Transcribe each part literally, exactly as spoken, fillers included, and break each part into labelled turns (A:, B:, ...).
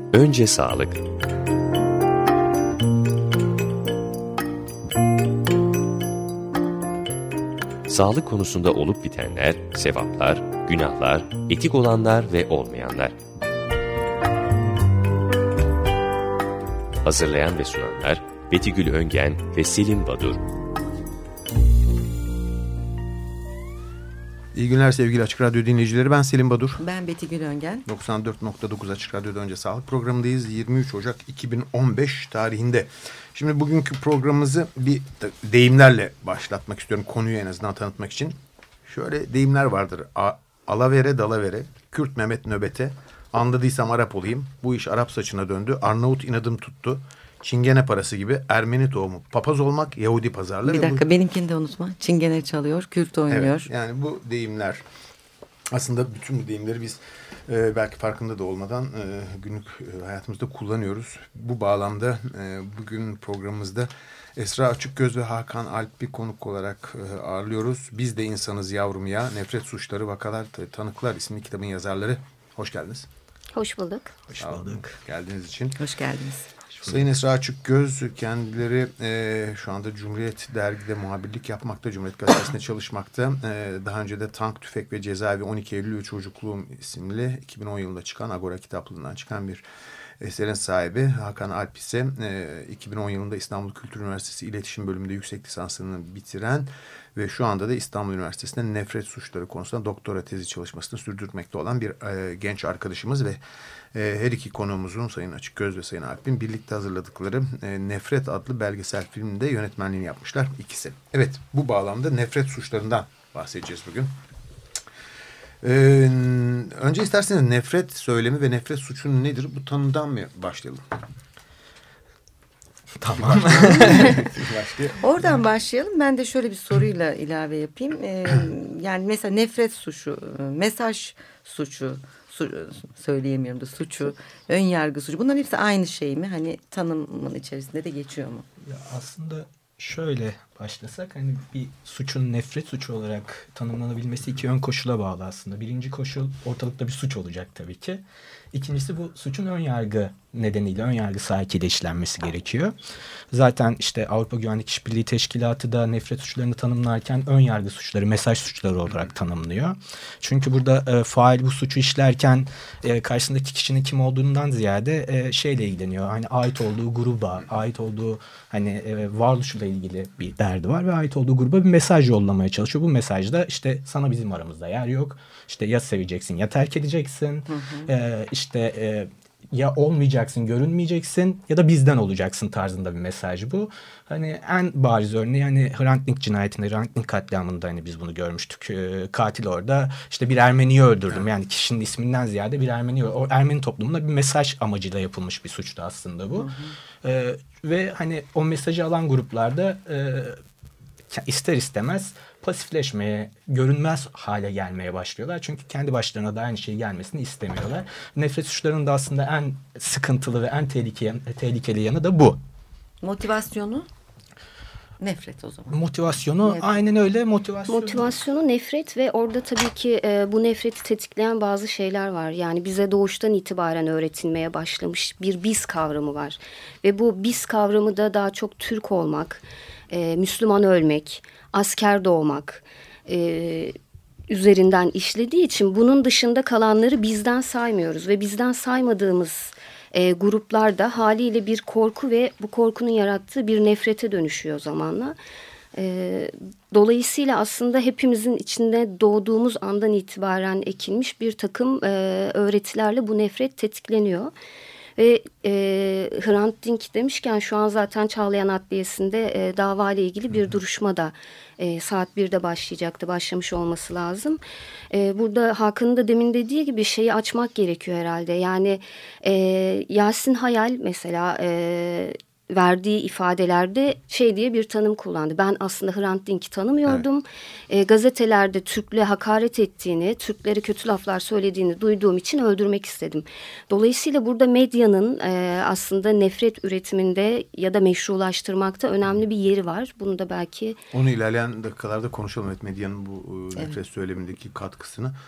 A: Önce sağlık. Sağlık konusunda olup bitenler, sevaplar, günahlar, etik olanlar ve olmayanlar. Hazırlayan ve sunanlar Betigül Öngen ve Selim Badur.
B: İyi günler sevgili Açık Radyo dinleyicileri. Ben Selim Badur.
C: Ben Betigül Öngen.
B: doksan dört nokta dokuz Açık Radyo'da Önce Sağlık programındayız. yirmi üç Ocak iki bin on beş tarihinde. Şimdi bugünkü programımızı bir deyimlerle başlatmak istiyorum. Konuyu en azından tanıtmak için. Şöyle deyimler vardır. A, alavere dalavere, Kürt Mehmet nöbete, anladıysam Arap olayım, bu iş Arap saçına döndü, Arnavut inadım tuttu, Çingene parası gibi Ermeni tohumu, papaz olmak, Yahudi pazarları.
C: Bir dakika
B: bu...
C: benimkini de unutma. Çingene çalıyor, Kürt oynuyor.
B: Evet, yani bu deyimler. Aslında bütün bu deyimleri biz e, belki farkında da olmadan e, günlük e, hayatımızda kullanıyoruz. Bu bağlamda e, bugün programımızda Esra Açıkgöz ve Hakan Alp'i konuk olarak e, ağırlıyoruz. Biz de insanız yavrum ya, Nefret Suçları, Vakalar, Tanıklar isimli kitabın yazarları. Hoş geldiniz.
D: Hoş bulduk.
B: Hoş bulduk. Geldiğiniz için.
C: Hoş geldiniz.
B: Sayın Esra Açıkgöz, kendileri e, şu anda Cumhuriyet Dergi'de muhabirlik yapmakta, Cumhuriyet Gazetesi'nde çalışmakta. E, daha önce de Tank, Tüfek ve Cezaevi on iki Eylül ve Çocukluğum isimli iki bin on yılında çıkan Agora kitaplığından çıkan bir eserin sahibi. Hakan Alp ise e, iki bin on yılında İstanbul Kültür Üniversitesi İletişim Bölümünde yüksek lisansını bitiren ve şu anda da İstanbul Üniversitesi'nde nefret suçları konusunda doktora tezi çalışmasını sürdürmekte olan bir e, genç arkadaşımız ve e, her iki konuğumuzun, Sayın Açıkgöz ve Sayın Alp'in birlikte hazırladıkları e, Nefret adlı belgesel filminde yönetmenliğini yapmışlar ikisi. Evet, bu bağlamda nefret suçlarından bahsedeceğiz bugün. Ee, önce isterseniz nefret söylemi ve nefret suçu nedir? Bu tanımdan mı başlayalım?
C: Tamam. Oradan başlayalım. Ben de şöyle bir soruyla ilave yapayım. Ee, yani mesela nefret suçu, mesaj suçu, su, söyleyemiyorum da suçu, ön yargı suçu. Bunların hepsi aynı şey mi? Hani tanımın içerisinde de geçiyor mu?
E: Ya aslında şöyle başlasak, hani bir suçun nefret suçu olarak tanımlanabilmesi iki ön koşula bağlı aslında. Birinci koşul, ortalıkta bir suç olacak tabii ki. İkincisi, bu suçun ön yargı nedeniyle, ön yargı sahikiyle işlenmesi gerekiyor. Zaten işte Avrupa Güvenlik İşbirliği Teşkilatı da nefret suçlarını tanımlarken ön yargı suçları, mesaj suçları olarak tanımlıyor. Çünkü burada e, fail bu suçu işlerken e, karşısındaki kişinin kim olduğundan ziyade e, şeyle ilgileniyor. Hani ait olduğu gruba, ait olduğu hani e, varoluşuyla ilgili bir derdi var ve ait olduğu gruba bir mesaj yollamaya çalışıyor. Bu mesajda işte sana bizim aramızda yer yok. İşte ya seveceksin ya terk edeceksin. Hı hı. E, işte e, ya olmayacaksın, görünmeyeceksin ya da bizden olacaksın tarzında bir mesaj bu. Hani en bariz örneği, hani Hrant Dink cinayetinde, Hrant Dink katliamında hani biz bunu görmüştük. E, katil orada işte bir Ermeniyi öldürdüm. Yani kişinin isminden ziyade bir Ermeniyi, o Ermeni toplumuna bir mesaj amacıyla yapılmış bir suçtu aslında bu. Hı hı. E, ve hani o mesajı alan gruplarda e, ister istemez pasifleşmeye, görünmez hale gelmeye başlıyorlar. Çünkü kendi başlarına da aynı şey gelmesini istemiyorlar. Nefret suçlarının da aslında en sıkıntılı ve en tehlikeli, tehlikeli yanı da bu.
C: Motivasyonu? Nefret o zaman.
E: Motivasyonu nefret. Aynen öyle. Motivasyonu.
D: Motivasyonu nefret ve orada tabii ki e, bu nefreti tetikleyen bazı şeyler var. Yani bize doğuştan itibaren öğretilmeye başlamış bir biz kavramı var. Ve bu biz kavramı da daha çok Türk olmak, e, Müslüman ölmek, asker doğmak e, üzerinden işlediği için bunun dışında kalanları bizden saymıyoruz. Ve bizden saymadığımız e, gruplarda haliyle bir korku ve bu korkunun yarattığı bir nefrete dönüşüyor zamanla. E, dolayısıyla aslında hepimizin içinde doğduğumuz andan itibaren ekilmiş bir takım e, öğretilerle bu nefret tetikleniyor. Ve e, Hrant Dink demişken şu an zaten Çağlayan Adliyesi'nde e, dava ile ilgili bir duruşma da e, saat birde başlayacaktı, başlamış olması lazım. E, burada Hakan'ın da demin dediği gibi şeyi açmak gerekiyor herhalde. Yani e, Yasin Hayal mesela e, verdiği ifadelerde şey diye bir tanım kullandı. Ben aslında Hrant Dink'i tanımıyordum. Evet. E, gazetelerde Türklüğe hakaret ettiğini, Türklere kötü laflar söylediğini duyduğum için öldürmek istedim. Dolayısıyla burada medyanın e, aslında nefret üretiminde ya da meşrulaştırmakta önemli bir yeri var. Bunu da belki...
B: Onu ilerleyen dakikalarda konuşalım. Evet, medyanın bu e, nefret evet. söylemindeki katkısını.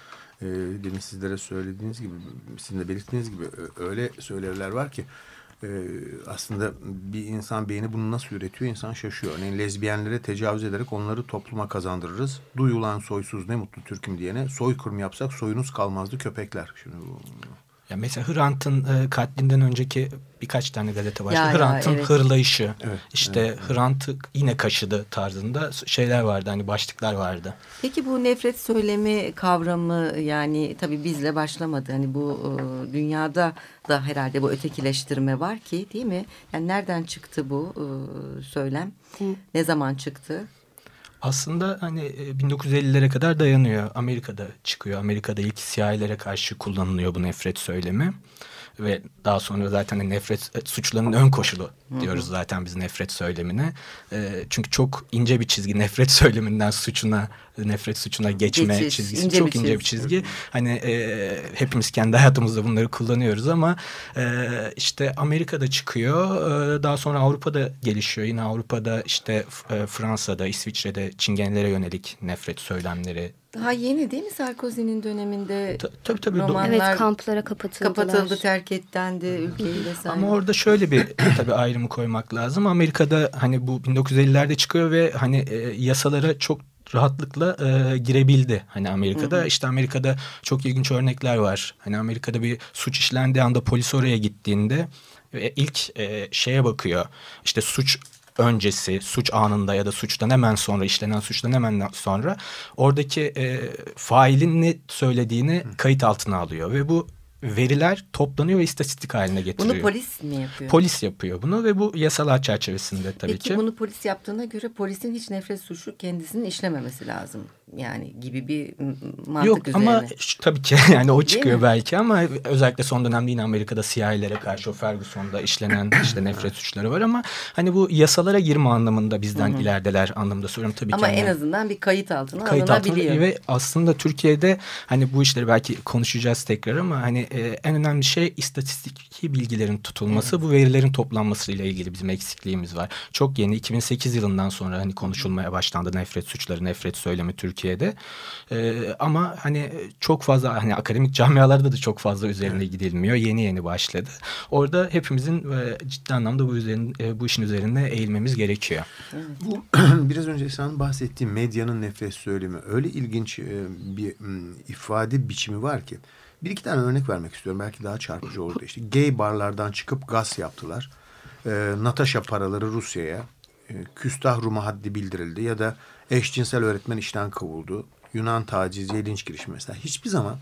B: e, demin sizlere söylediğiniz gibi, sizin de belirttiğiniz gibi öyle söyleviler var ki e, aslında bir insan beyni bunu nasıl üretiyor, insan şaşıyor. Örneğin lezbiyenlere tecavüz ederek onları topluma kazandırırız. Duyulan soysuz ne mutlu Türk'üm diyene, soykırım yapsak soyunuz kalmazdı köpekler. Şimdi bu...
E: Ya mesela Hrant'ın e, katlinden önceki birkaç tane gazete var.
C: Ya,
E: Hrant'ın
C: ya, evet.
E: hırlayışı.
B: Evet,
E: işte
B: evet.
E: Hrant'ı yine kaşıdı tarzında şeyler vardı. Hani başlıklar vardı.
C: Peki bu nefret söylemi kavramı, yani tabii bizle başlamadı. Hani bu e, dünyada da herhalde bu ötekileştirme var ki, değil mi? Yani nereden çıktı bu e, söylem? Hı. Ne zaman çıktı?
E: Aslında hani bin dokuz yüz ellilere kadar dayanıyor. Amerika'da çıkıyor. Amerika'da ilk siyahilere karşı kullanılıyor bu nefret söylemi. Ve daha sonra zaten nefret suçlarının ön koşulu diyoruz zaten biz nefret söylemine. E, çünkü çok ince bir çizgi, nefret söyleminden suçuna, nefret suçuna geçme
C: Geçiş,
E: çizgisi
C: ince
E: çok
C: bir
E: ince bir çizgi. Hani e, hepimiz kendi hayatımızda bunları kullanıyoruz ama e, işte Amerika'da çıkıyor, e, daha sonra Avrupa'da gelişiyor. Yine Avrupa'da işte e, Fransa'da, İsviçre'de Çingenelere yönelik nefret söylemleri.
C: Daha yeni değil mi, Sarkozy'nin döneminde?
E: Ta, tabii tabii.
C: Romanlar
D: evet, kamplara kapatıldılar.
C: Kapatıldı, terk ettendi ülkeyi vesaire.
E: Ama orada şöyle bir tabii ayrımı koymak lazım. Amerika'da hani bu bin dokuz yüz ellilerde çıkıyor ve hani e, yasalara çok rahatlıkla e, girebildi. Hani Amerika'da hı hı. işte Amerika'da çok ilginç örnekler var. Hani Amerika'da bir suç işlendiği anda polis oraya gittiğinde e, ilk e, şeye bakıyor. İşte suç öncesi, suç anında ya da suçtan hemen sonra, işlenen suçtan hemen sonra oradaki e, failin ne söylediğini kayıt altına alıyor ve bu veriler toplanıyor ve istatistik haline getiriyor.
C: Bunu polis mi yapıyor?
E: Polis yapıyor bunu ve bu yasalar çerçevesinde tabii
C: Peki,
E: ki.
C: Peki bunu polis yaptığına göre polisin hiç nefret suçu kendisinin işlememesi lazım. Yani gibi bir mantık
E: Yok,
C: üzerine.
E: ama şu, tabii ki yani o çıkıyor belki ama özellikle son dönemde yine Amerika'da siyahilere karşı o Ferguson'da işlenen işte nefret suçları var ama hani bu yasalara girme anlamında bizden hı-hı. ilerideler anlamında söylüyorum tabii
C: ama
E: ki.
C: Ama en
E: yani,
C: azından bir kayıt altına
E: kayıt
C: alınabiliyor.
E: Altına, ve aslında Türkiye'de hani bu işleri belki konuşacağız tekrar ama hani e, en önemli şey istatistiki bilgilerin tutulması, evet. bu verilerin toplanması ile ilgili bizim eksikliğimiz var. Çok yeni iki bin sekiz yılından sonra hani konuşulmaya başlandı nefret suçları, nefret söylemi Türkiye'de. Ee, ama hani çok fazla hani akademik camialarda da çok fazla üzerine gidilmiyor. Yeni yeni başladı. Orada hepimizin e, ciddi anlamda bu üzerine, e, bu işin üzerine eğilmemiz gerekiyor.
C: Evet.
B: Bu biraz önce sen bahsettiğin medyanın nefret söylemi öyle ilginç e, bir m, ifade biçimi var ki. Bir iki tane örnek vermek istiyorum. Belki daha çarpıcı olur. İşte gay barlardan çıkıp gaz yaptılar. E, Natasha paraları Rusya'ya. E, küstah Rum'a haddi bildirildi. Ya da eşcinsel öğretmen işten kovuldu. Yunan tacizciye linç girişimi mesela. Hiçbir zaman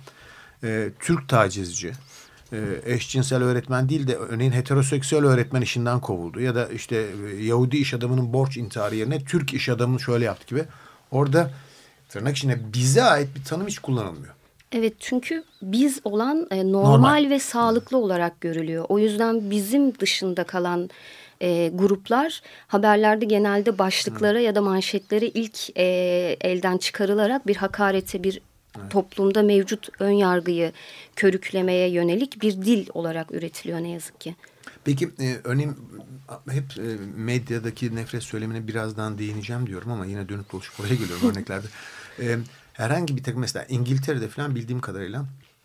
B: e, Türk tacizci, e, eşcinsel öğretmen değil de örneğin heteroseksüel öğretmen işinden kovuldu. Ya da işte e, Yahudi iş adamının borç intiharı yerine Türk iş adamını şöyle yaptı gibi. Orada tırnak içinde bize ait bir tanım hiç kullanılmıyor.
D: Evet, çünkü biz olan e, normal, normal ve sağlıklı olarak görülüyor. O yüzden bizim dışında kalan e, gruplar haberlerde genelde başlıklara hmm. ya da manşetlere ilk e, elden çıkarılarak bir hakarete, bir evet. toplumda mevcut ön yargıyı körüklemeye yönelik bir dil olarak üretiliyor ne yazık ki.
B: Peki e, örneğin hep e, medyadaki nefret söylemine birazdan değineceğim diyorum ama yine dönüp dolaşıp oraya geliyorum örneklerde. E, herhangi bir takım mesela İngiltere'de falan bildiğim kadarıyla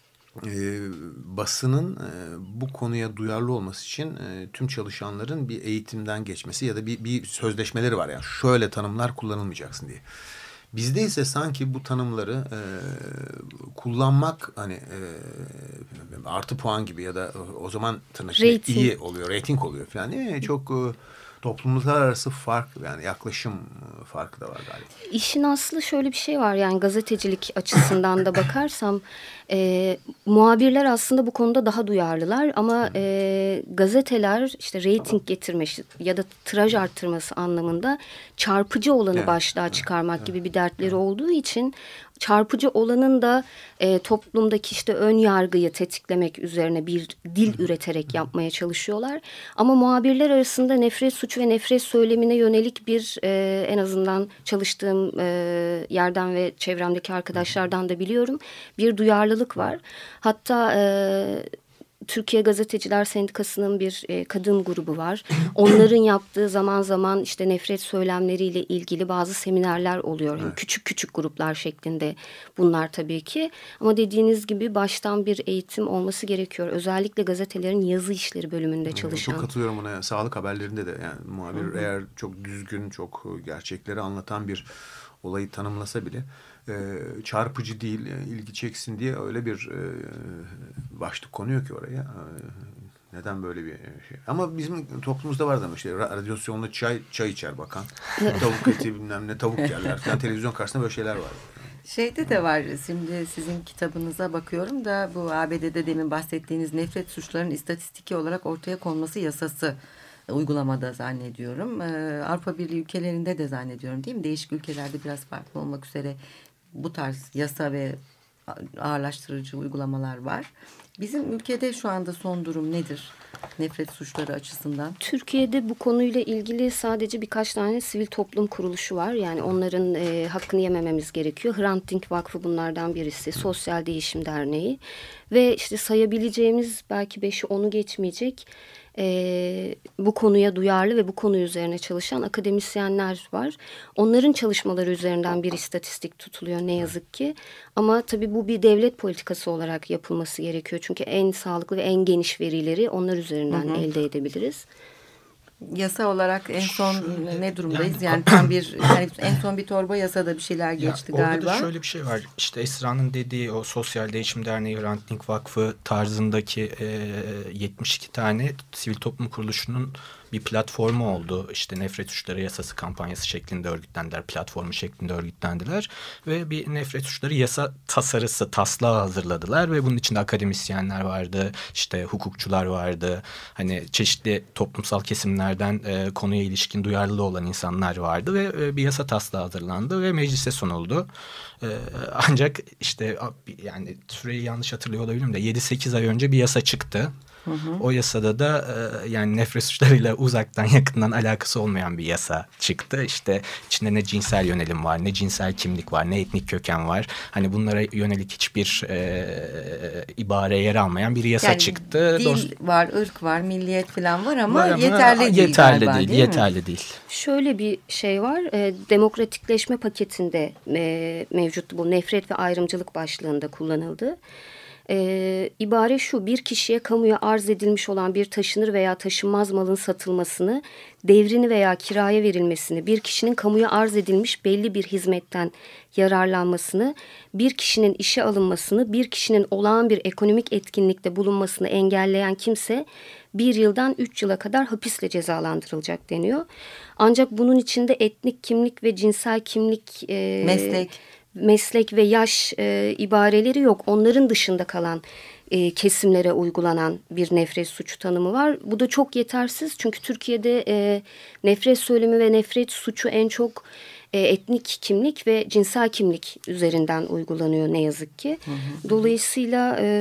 B: e, basının e, bu konuya duyarlı olması için e, tüm çalışanların bir eğitimden geçmesi ya da bir, bir sözleşmeleri var. Yani şöyle tanımlar kullanılmayacaksın diye. Bizde ise sanki bu tanımları e, kullanmak hani e, artı puan gibi ya da o zaman tırnak içinde iyi oluyor, rating oluyor falan değil mi? Çok e, toplumlar arası fark yani yaklaşım farkı da var galiba.
D: İşin aslı şöyle bir şey var yani gazetecilik açısından da bakarsam e, muhabirler aslında bu konuda daha duyarlılar ama e, gazeteler işte reyting getirmesi ya da tiraj arttırması anlamında çarpıcı olanı evet. başlığa çıkarmak evet. gibi bir dertleri evet. olduğu için çarpıcı olanın da e, toplumdaki işte ön yargıyı tetiklemek üzerine bir dil üreterek yapmaya çalışıyorlar. Ama muhabirler arasında nefret suçu ve nefret söylemine yönelik bir e, en azından çalıştığım e, yerden ve çevremdeki arkadaşlardan da biliyorum bir duyarlılık var. Hatta e, Türkiye Gazeteciler Sendikası'nın bir e, kadın grubu var. Onların yaptığı zaman zaman işte nefret söylemleriyle ilgili bazı seminerler oluyor. Evet. Küçük küçük gruplar şeklinde bunlar tabii ki. Ama dediğiniz gibi baştan bir eğitim olması gerekiyor. Özellikle gazetelerin yazı işleri bölümünde çalışan.
B: Çok katılıyorum ona. Sağlık haberlerinde de yani muhabir Hı-hı. eğer çok düzgün, çok gerçekleri anlatan bir olayı tanımlasa bile e, çarpıcı değil, ilgi çeksin diye öyle bir e, başlık konuyor ki oraya. E, neden böyle bir şey? Ama bizim toplumumuzda var da işte radyasyonlu çay çay içer bakan. Tavuk eti bilmem ne tavuk yerler. Yani televizyon karşısında böyle şeyler var.
C: Şeyde de var, şimdi sizin kitabınıza bakıyorum da bu A B D'de demin bahsettiğiniz nefret suçlarının istatistiki olarak ortaya konması yasası uygulamada zannediyorum. Ee, Avrupa Birliği ülkelerinde de zannediyorum değil mi? Değişik ülkelerde biraz farklı olmak üzere bu tarz yasa ve ağırlaştırıcı uygulamalar var. Bizim ülkede şu anda son durum nedir? Nefret suçları açısından.
D: Türkiye'de bu konuyla ilgili sadece birkaç tane sivil toplum kuruluşu var. Yani onların e, hakkını yemememiz gerekiyor. Hrant Dink Vakfı bunlardan birisi. Sosyal Değişim Derneği. Ve işte sayabileceğimiz belki beşi onu geçmeyecek e, bu konuya duyarlı ve bu konu üzerine çalışan akademisyenler var. Onların çalışmaları üzerinden bir istatistik tutuluyor ne yazık ki. Ama tabii bu bir devlet politikası olarak yapılması gerekiyor. Çünkü en sağlıklı ve en geniş verileri onlar üzerinden hı hı. elde edebiliriz.
C: Yasa olarak en son şöyle, ne durumdayız? Yani, yani tam bir yani en son bir torba yasada bir şeyler geçti ya, galiba.
E: Orada da şöyle bir şey var. İşte Esra'nın dediği o Sosyal Değişim Derneği, Hrant Dink Vakfı tarzındaki e, yetmiş iki tane sivil toplum kuruluşunun bir platformu oldu. İşte nefret suçları yasası kampanyası şeklinde örgütlendiler. Platformu şeklinde örgütlendiler. Ve bir nefret suçları yasa tasarısı, taslağı hazırladılar. Ve bunun içinde akademisyenler vardı. İşte hukukçular vardı. Hani çeşitli toplumsal kesimlerden e, konuya ilişkin duyarlılığı olan insanlar vardı. Ve e, bir yasa taslağı hazırlandı ve meclise sunuldu. E, ancak işte yani süreyi yanlış hatırlıyor olabilirim de yedi sekiz ay önce bir yasa çıktı. Hı hı. O yasada da e, yani nefret suçlarıyla uzaktan yakından alakası olmayan bir yasa çıktı. İşte içinde ne cinsel yönelim var, ne cinsel kimlik var, ne etnik köken var. Hani bunlara yönelik hiçbir e, ibare yer almayan bir yasa yani çıktı.
C: Dil Dost... var, ırk var, milliyet falan var ama, var ama yeterli değil
E: yeterli
C: galiba,
E: değil,
C: değil
E: yeterli
C: mi?
E: değil.
D: Şöyle bir şey var. E, demokratikleşme paketinde e, mevcut bu nefret ve ayrımcılık başlığında kullanıldı. Ee, ibare şu: bir kişiye kamuya arz edilmiş olan bir taşınır veya taşınmaz malın satılmasını, devrini veya kiraya verilmesini, bir kişinin kamuya arz edilmiş belli bir hizmetten yararlanmasını, bir kişinin işe alınmasını, bir kişinin olağan bir ekonomik etkinlikte bulunmasını engelleyen kimse bir yıldan üç yıla kadar hapisle cezalandırılacak deniyor. Ancak bunun içinde etnik kimlik ve cinsel kimlik, e,
C: meslek
D: meslek ve yaş e, ibareleri yok. Onların dışında kalan e, kesimlere uygulanan bir nefret suçu tanımı var. Bu da çok yetersiz çünkü Türkiye'de e, nefret söylemi ve nefret suçu en çok e, etnik kimlik ve cinsel kimlik üzerinden uygulanıyor ne yazık ki. Hı hı. Dolayısıyla e,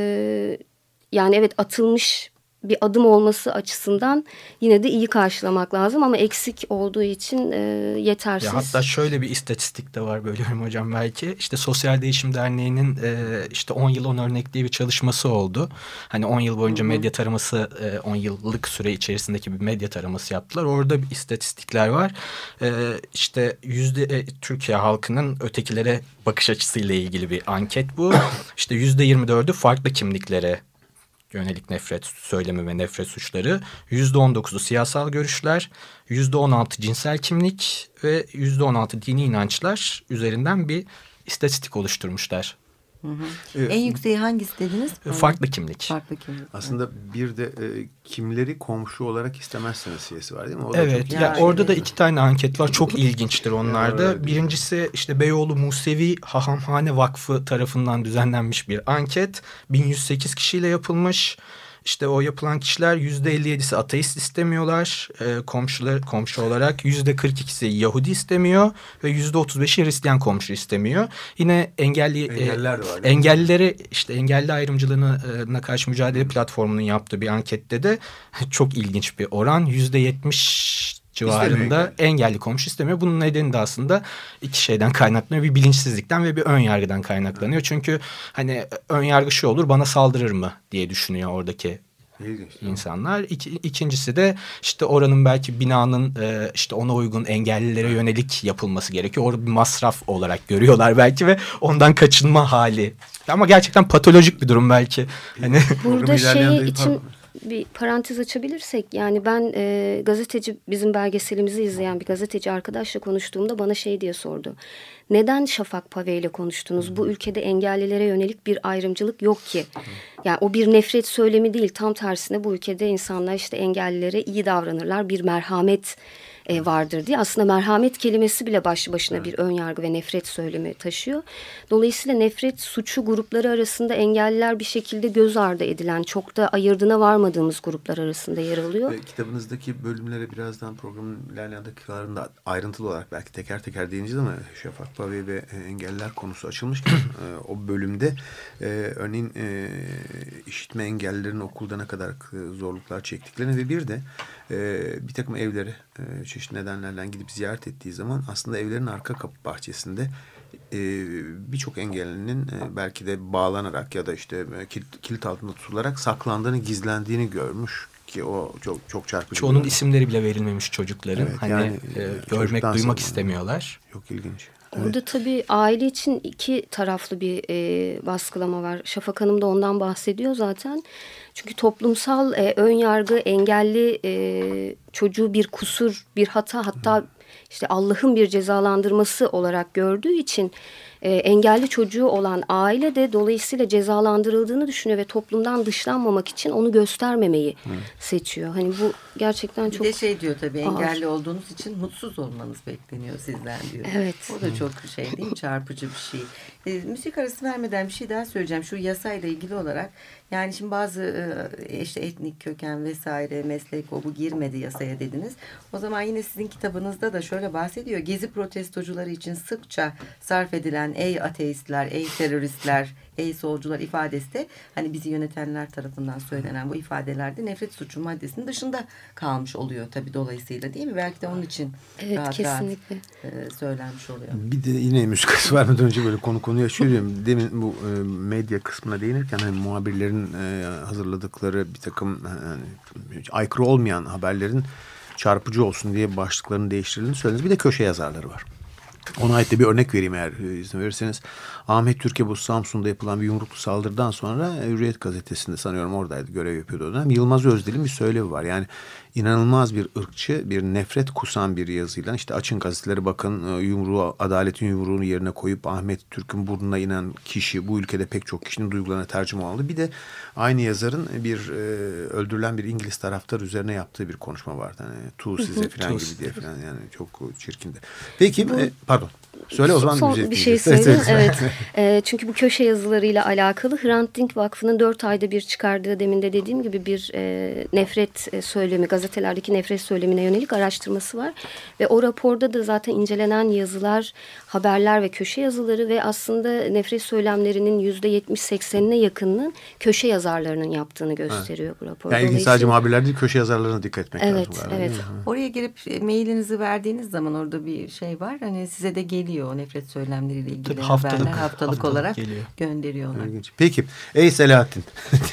D: yani evet atılmış bir adım olması açısından yine de iyi karşılamak lazım ama eksik olduğu için e, yetersiz.
E: Ya hatta şöyle bir istatistik de var, bölüyorum hocam belki. İşte Sosyal Değişim Derneği'nin e, işte on yıl on örnek diye bir çalışması oldu. Hani on yıl boyunca Hı-hı. medya taraması, e, on yıllık süre içerisindeki bir medya taraması yaptılar. Orada bir istatistikler var. E, işte yüzde e, Türkiye halkının ötekilere bakış açısıyla ilgili bir anket bu. İşte yüzde yirmi dördü farklı kimliklere yönelik nefret söylemi ve nefret suçları, yüzde on dokuzu siyasal görüşler, yüzde on altı cinsel kimlik ve yüzde on altı dini inançlar üzerinden bir istatistik oluşturmuşlar.
C: Hı hı. Evet. En yükseği hangisi dediniz?
E: Farklı kimlik.
C: Farklı kimlik.
B: Aslında bir de e, kimleri komşu olarak istemezseniz siyasi var değil mi? O
E: evet. Ya yani orada da iki tane anket var. Çok ilginçtir onlar da. Birincisi işte Beyoğlu Musevi Hahamhane Vakfı tarafından düzenlenmiş bir anket. bin yüz sekiz kişiyle yapılmış. İşte o yapılan kişiler yüzde elli yedisi ateist istemiyorlar e, komşular komşu olarak, yüzde kırk ikisi Yahudi istemiyor ve yüzde otuz beşi Hristiyan komşu istemiyor. Yine engelli
B: engelliler de var.
E: E, engellileri işte engelli ayrımcılığına karşı mücadele platformunun yaptığı bir ankette de çok ilginç bir oran, yüzde yetmiş civarında engelli komşu istemiyor. Bunun nedeni de aslında iki şeyden kaynaklanıyor. Bir bilinçsizlikten ve bir ön yargıdan kaynaklanıyor. Çünkü hani ön yargı şu olur, bana saldırır mı diye düşünüyor oradaki
B: İlginç.
E: insanlar. İki, ikincisi de işte oranın belki binanın e, işte ona uygun engellilere yönelik yapılması gerekiyor. Orada bir masraf olarak görüyorlar belki ve ondan kaçınma hali. Ama gerçekten patolojik bir durum belki. Hani
D: burada şey için bir parantez açabilirsek, yani ben e, gazeteci, bizim belgeselimizi izleyen bir gazeteci arkadaşla konuştuğumda bana şey diye sordu. Neden Şafak Pave ile konuştunuz? Bu ülkede engellilere yönelik bir ayrımcılık yok ki. Yani o bir nefret söylemi değil. Tam tersine bu ülkede insanlar işte engellilere iyi davranırlar. Bir merhamet e, vardır diye. Aslında merhamet kelimesi bile başlı başına evet. bir ön yargı ve nefret söylemi taşıyor. Dolayısıyla nefret suçu grupları arasında engelliler bir şekilde göz ardı edilen, çok da ayırdına varmadığımız gruplar arasında yer alıyor.
B: Ve kitabınızdaki bölümlere birazdan programın ilerleyen dakikalarında ayrıntılı olarak belki teker teker değineceğiz ama Şafak Pave ve engelliler konusu açılmışken o bölümde e, örneğin e, işitme engellilerin okulda ne kadar zorluklar çektiklerini ve bir de e, bir takım evleri e, çeşitli nedenlerle gidip ziyaret ettiği zaman aslında evlerin arka kapı bahçesinde e, birçok engellinin e, belki de bağlanarak ya da işte kilit, kilit altında tutularak saklandığını, gizlendiğini görmüş. Ki o çok çok çarpıcı.
E: Çoğunun isimleri bile verilmemiş çocukların.
B: Evet,
E: hani
B: yani,
E: e, görmek, duymak sonra istemiyorlar.
B: Çok ilginç.
D: Orada evet. tabii aile için iki taraflı bir e, baskılama var. Şafak Hanım da ondan bahsediyor zaten. Çünkü toplumsal e, ön yargı engelli e, çocuğu bir kusur, bir hata, hatta hmm. işte Allah'ın bir cezalandırması olarak gördüğü için e, engelli çocuğu olan aile de dolayısıyla cezalandırıldığını düşünüyor ve toplumdan dışlanmamak için onu göstermemeyi hmm. seçiyor. Hani bu gerçekten
C: bir
D: çok
C: Bir de şey diyor tabii,
D: ağır.
C: engelli olduğunuz için mutsuz olmanız bekleniyor sizden diyor.
D: Evet.
C: O da çok şey değil mi? Çarpıcı bir şey. E, müzik arası vermeden bir şey daha söyleyeceğim. Şu yasayla ilgili olarak, yani şimdi bazı e, işte etnik köken vesaire meslek o bu girmedi yasaya dediniz. O zaman yine sizin kitabınızda da şöyle bahsediyor. Gezi protestocuları için sıkça sarf edilen ey ateistler, ey teröristler, ey solcular ifadesi de hani bizi yönetenler tarafından söylenen bu ifadelerde nefret suçu maddesinin dışında kalmış oluyor tabii dolayısıyla, değil mi? Belki de onun için
D: evet,
C: rahat
D: kesinlikle.
C: rahat e, söylenmiş oluyor.
B: Bir de yine müzik arası vermeden önce böyle konu konuya söylüyorum. Demin bu e, medya kısmına değinirken hani muhabirlerin e, hazırladıkları bir takım yani, aykırı olmayan haberlerin çarpıcı olsun diye başlıklarını değiştirildiğini söylediniz. Bir de köşe yazarları var. Ona ait de bir örnek vereyim eğer izin verirseniz. Ahmet Türkiye bu Samsun'da yapılan bir yumruklu saldırıdan sonra Hürriyet gazetesinde sanıyorum oradaydı, görev yapıyordu o dönem. Yılmaz Özdil'in bir söylevi var. Yani inanılmaz bir ırkçı, bir nefret kusan bir yazıyla işte açın gazeteleri bakın, yumruğu, adaletin yumruğunu yerine koyup Ahmet Türk'ün burnuna inen kişi bu ülkede pek çok kişinin duygularına tercüme oldu. Bir de aynı yazarın bir e, öldürülen bir İngiliz taraftar üzerine yaptığı bir konuşma vardı. Hani tu size falan gibi diye falan, yani çok çirkindi. Peki bu, e, pardon. Söyle o zaman.
D: Son bir şey söyleyeyim. Evet. e, çünkü bu köşe yazılarıyla alakalı Hrant Dink Vakfı'nın dört ayda bir çıkardığı, demin de dediğim gibi bir e, nefret e, söylemi, gazetelerdeki nefret söylemine yönelik araştırması var. Ve o raporda da zaten incelenen yazılar, haberler ve köşe yazıları ve aslında nefret söylemlerinin yüzde yetmiş seksenine yakınının köşe yazarlarının yaptığını gösteriyor evet. bu rapor.
B: Yani ilginç, sadece muhabirler değil, köşe yazarlarına dikkat etmek
D: evet,
B: lazım.
D: Evet,
B: evet.
C: Oraya girip mailinizi verdiğiniz zaman orada bir şey var. Hani size de geliyor o nefret söylemleriyle ilgili
E: Tabii
C: haberler
E: haftalık,
C: haftalık,
E: haftalık
C: olarak
E: geliyor.
C: gönderiyorlar.
B: İlginç. Peki. Ey Selahattin.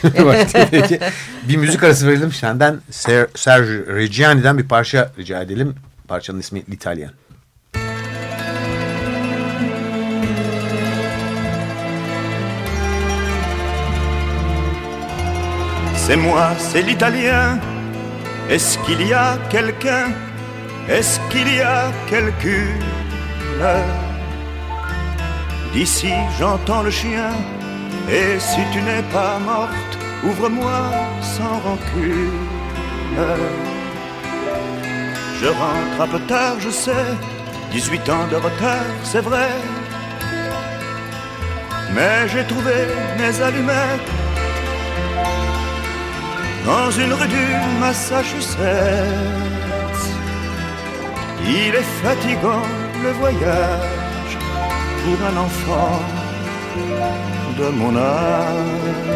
B: Bir müzik arası verelim. Senden Ser, Sergio Reggiani'den bir parça rica edelim. Parçanın ismi L'Italien.
F: C'est moi, c'est l'Italien. Est-ce qu'il y a quelqu'un? Est-ce qu'il y a quelqu'une? D'ici j'entends le chien. Et si tu n'es pas morte, ouvre-moi sans rancune. Je rentre un peu tard, je sais. Dix-huit ans de retard, c'est vrai. Mais j'ai trouvé mes allumettes dans une rue du Massachusetts. Il est fatigant le voyage pour un enfant de mon âge.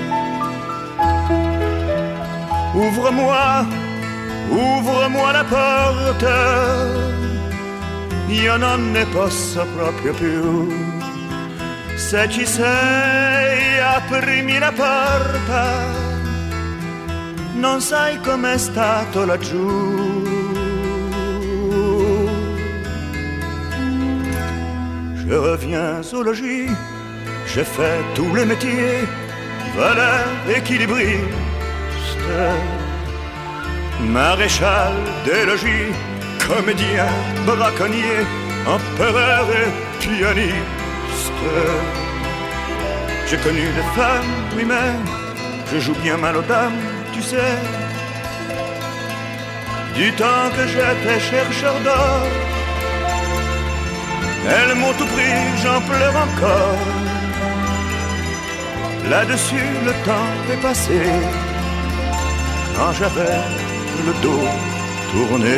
F: Ouvre-moi, ouvre-moi la porte, io non ne posso proprio più. Se ci sei, aprimi la porta, non sai com'è stato laggiù. Je reviens au logis, j'ai fait tous les métiers, valeur, équilibriste, maréchal des logis, comédien, braconnier, empereur et pianiste. J'ai connu des femmes, oui mais je joue bien mal aux dames, tu sais. Du temps que j'étais chercheur d'or, elles m'ont tout pris, j'en pleure encore. Là-dessus le temps est passé, quand j'avais le dos tourné.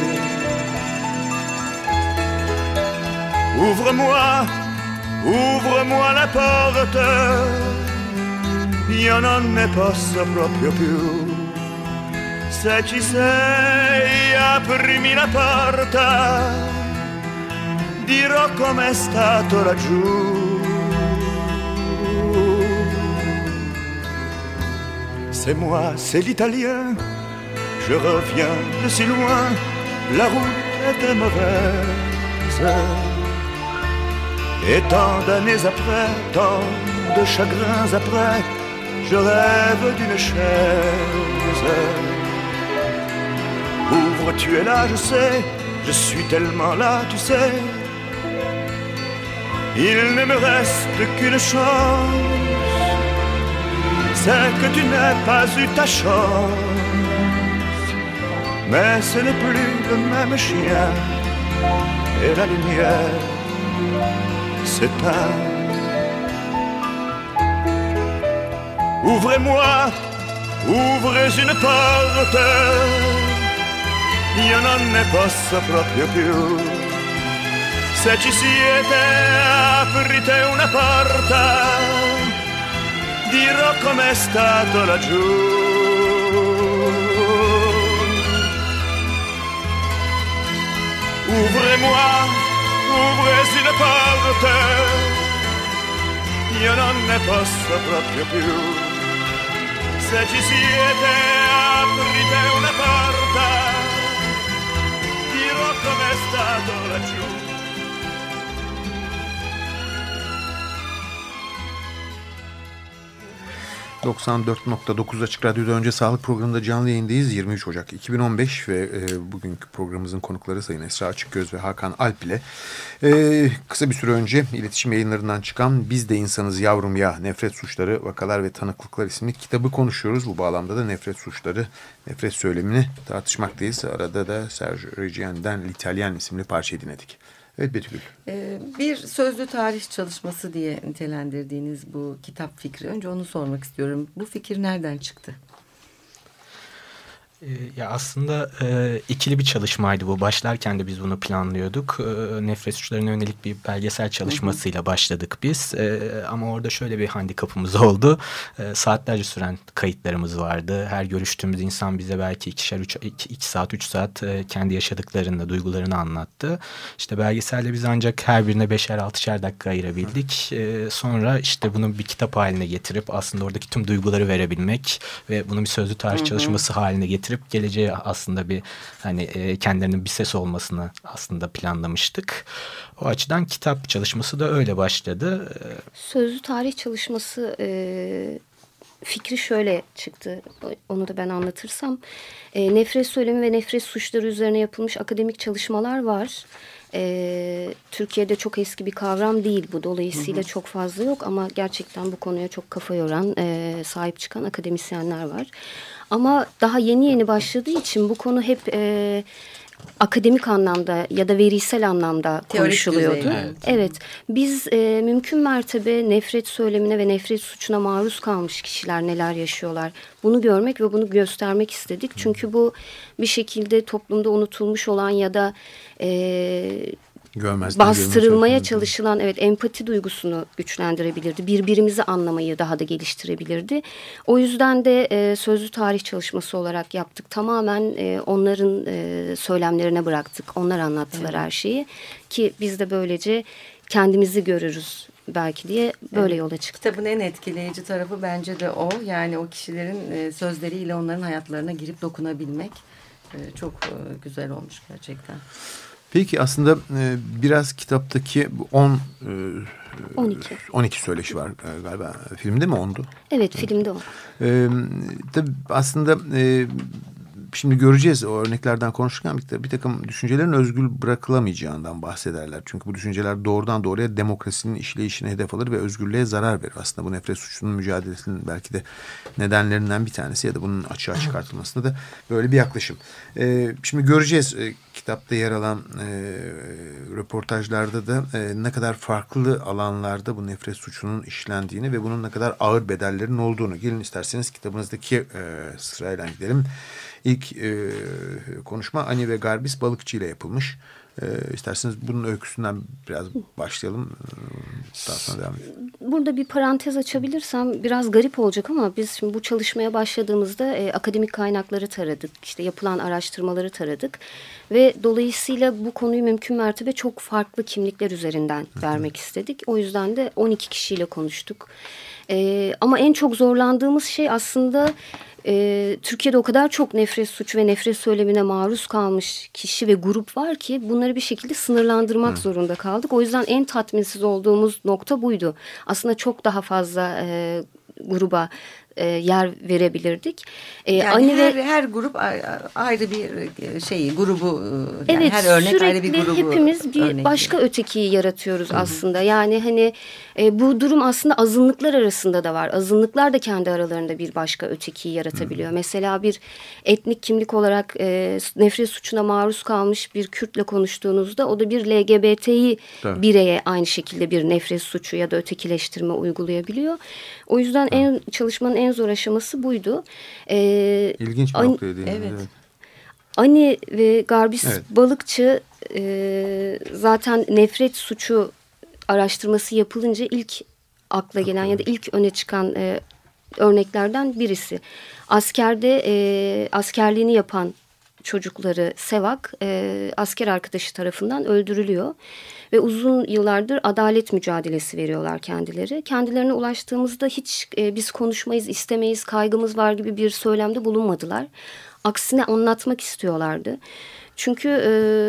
F: Ouvre-moi, ouvre-moi la porte, io non ne posso proprio più. Se ci sei, aprimi la porta, dirò com'è stato laggiù. C'est moi, c'est l'italien, je reviens de si loin, la route était mauvaise. Et tant d'années après, tant de chagrins après, je rêve d'une chaise. Ouvre, tu es là, je sais, je suis tellement là, tu sais. Il ne me reste qu'une chance, c'est que tu n'aies pas eu ta chance. Mais ce n'est plus le même chien, et la lumière s'éteint. Ouvrez-moi, ouvrez une porte, io non ne posso proprio più. Se ci siete, aprite una porta, dirò com'è stato laggiù. Ouvrez-moi, ouvrez une porte, io non ne posso proprio più. Se ci siete, aprite una porta, dirò com'è stato laggiù.
B: doksan dört nokta dokuz Açık Radyo'da Önce Sağlık programında canlı yayındayız. yirmi üç Ocak iki bin on beş ve e, bugünkü programımızın konukları Sayın Esra Açıkgöz ve Hakan Alp ile e, kısa bir süre önce iletişim yayınlarından çıkan Biz de İnsanız Yavrum Ya, Nefret Suçları, Vakalar ve Tanıklıklar isimli kitabı konuşuyoruz. Bu bağlamda da nefret suçları, nefret söylemini tartışmaktayız. Arada da Serge Reggiani'den L'Italien isimli parçayı dinledik. Evet Betül.
C: Ee, bir sözlü tarih çalışması diye nitelendirdiğiniz bu kitap fikri. Önce onu sormak istiyorum. Bu fikir nereden çıktı?
E: Ya aslında e, ikili bir çalışmaydı bu. Başlarken de biz bunu planlıyorduk. E, nefret suçlarına yönelik bir belgesel çalışmasıyla başladık biz. E, ama orada şöyle bir handikapımız oldu. E, saatlerce süren kayıtlarımız vardı. Her görüştüğümüz insan bize belki ikişer, üç, iki, iki saat, üç saat e, kendi yaşadıklarını, duygularını anlattı. İşte belgeselde biz ancak her birine beşer, altışar dakika ayırabildik. E, sonra işte bunu bir kitap haline getirip aslında oradaki tüm duyguları verebilmek ve bunu bir sözlü tarih hı hı. çalışması haline getirip geleceğe aslında bir hani e, kendilerinin bir ses olmasını aslında planlamıştık. O açıdan kitap çalışması da öyle başladı.
D: Sözlü tarih çalışması e, fikri şöyle çıktı. Onu da ben anlatırsam. E, nefret söylemi ve nefret suçları üzerine yapılmış akademik çalışmalar var. Ee, Türkiye'de çok eski bir kavram değil bu. Dolayısıyla hı hı. çok fazla yok ama gerçekten bu konuya çok kafa yoran, e, sahip çıkan akademisyenler var. Ama daha yeni yeni başladığı için bu konu hep e, akademik anlamda ya da verisel anlamda teorik konuşuluyordu. Düzey, evet. evet. Biz e, mümkün mertebe nefret söylemine ve nefret suçuna maruz kalmış kişiler neler yaşıyorlar, bunu görmek ve bunu göstermek istedik. Çünkü bu bir şekilde toplumda unutulmuş olan ya da e, Görmezden bastırılmaya çalışılan evet empati duygusunu güçlendirebilirdi. Birbirimizi anlamayı daha da geliştirebilirdi. O yüzden de e, sözlü tarih çalışması olarak yaptık. Tamamen e, onların e, söylemlerine bıraktık. Onlar anlattılar evet. her şeyi ki biz de böylece kendimizi görürüz belki diye böyle yola çıktı.
C: Kitabın en etkileyici tarafı bence de o. Yani o kişilerin sözleriyle onların hayatlarına girip dokunabilmek çok güzel olmuş gerçekten.
B: Peki aslında biraz kitaptaki on
D: on iki
B: on iki söyleşi var galiba. Filmde mi ondu?
D: Evet, filmde o.
B: Ee, tabii aslında e, şimdi göreceğiz, o örneklerden konuşurken bir, bir takım düşüncelerin özgür bırakılamayacağından bahsederler. Çünkü bu düşünceler doğrudan doğruya demokrasinin işleyişine hedef alır ve özgürlüğe zarar verir. Aslında bu nefret suçunun mücadelesinin belki de nedenlerinden bir tanesi ya da bunun açığa çıkartılmasında da böyle bir yaklaşım. Ee, şimdi göreceğiz e, kitapta yer alan e, röportajlarda da e, ne kadar farklı alanlarda bu nefret suçunun işlendiğini ve bunun ne kadar ağır bedellerin olduğunu. Gelin isterseniz kitabınızdaki e, sırayla gidelim. İlk e, konuşma Ani ve Garbis balıkçı ile yapılmış. E, isterseniz bunun öyküsünden biraz başlayalım. Daha sonra devam edelim.
D: Burada bir parantez açabilirsem biraz garip olacak ama biz şimdi bu çalışmaya başladığımızda e, akademik kaynakları taradık. İşte yapılan araştırmaları taradık. Ve dolayısıyla bu konuyu mümkün mertebe çok farklı kimlikler üzerinden vermek istedik. O yüzden de on iki kişiyle konuştuk. E, ama en çok zorlandığımız şey aslında... Ee, Türkiye'de o kadar çok nefret suçu ve nefret söylemine maruz kalmış kişi ve grup var ki bunları bir şekilde sınırlandırmak Hı. zorunda kaldık. O yüzden en tatminsiz olduğumuz nokta buydu. Aslında çok daha fazla e, gruba e, yer verebilirdik.
C: E, yani her, ve, her grup ayrı bir şeyi, grubu, yani
D: evet,
C: her örnek ayrı bir grubu.
D: Hepimiz bir
C: örnekli.
D: başka ötekiyi yaratıyoruz Hı-hı. aslında. Yani hani e, bu durum aslında azınlıklar arasında da var. Azınlıklar da kendi aralarında bir başka ötekiyi yaratabiliyor. Hı-hı. Mesela bir etnik kimlik olarak e, nefret suçuna maruz kalmış bir Kürt'le konuştuğunuzda o da bir L G B T'yi evet. bireye aynı şekilde bir nefret suçu ya da ötekileştirme uygulayabiliyor. O yüzden Hı. en çalışmanın en zor aşaması buydu.
B: Ee, İlginç bir
D: An-
B: noktaya değindiniz.
C: Evet.
B: Evet.
D: Ani ve Garbis
B: evet.
D: balıkçı e, zaten nefret suçu araştırması yapılınca ilk akla gelen ya da ilk öne çıkan e, örneklerden birisi. Askerde e, askerliğini yapan çocukları Sevak e, asker arkadaşı tarafından öldürülüyor. Ve uzun yıllardır adalet mücadelesi veriyorlar kendileri. Kendilerine ulaştığımızda hiç e, biz konuşmayız, istemeyiz, kaygımız var gibi bir söylemde bulunmadılar. Aksine anlatmak istiyorlardı. Çünkü e,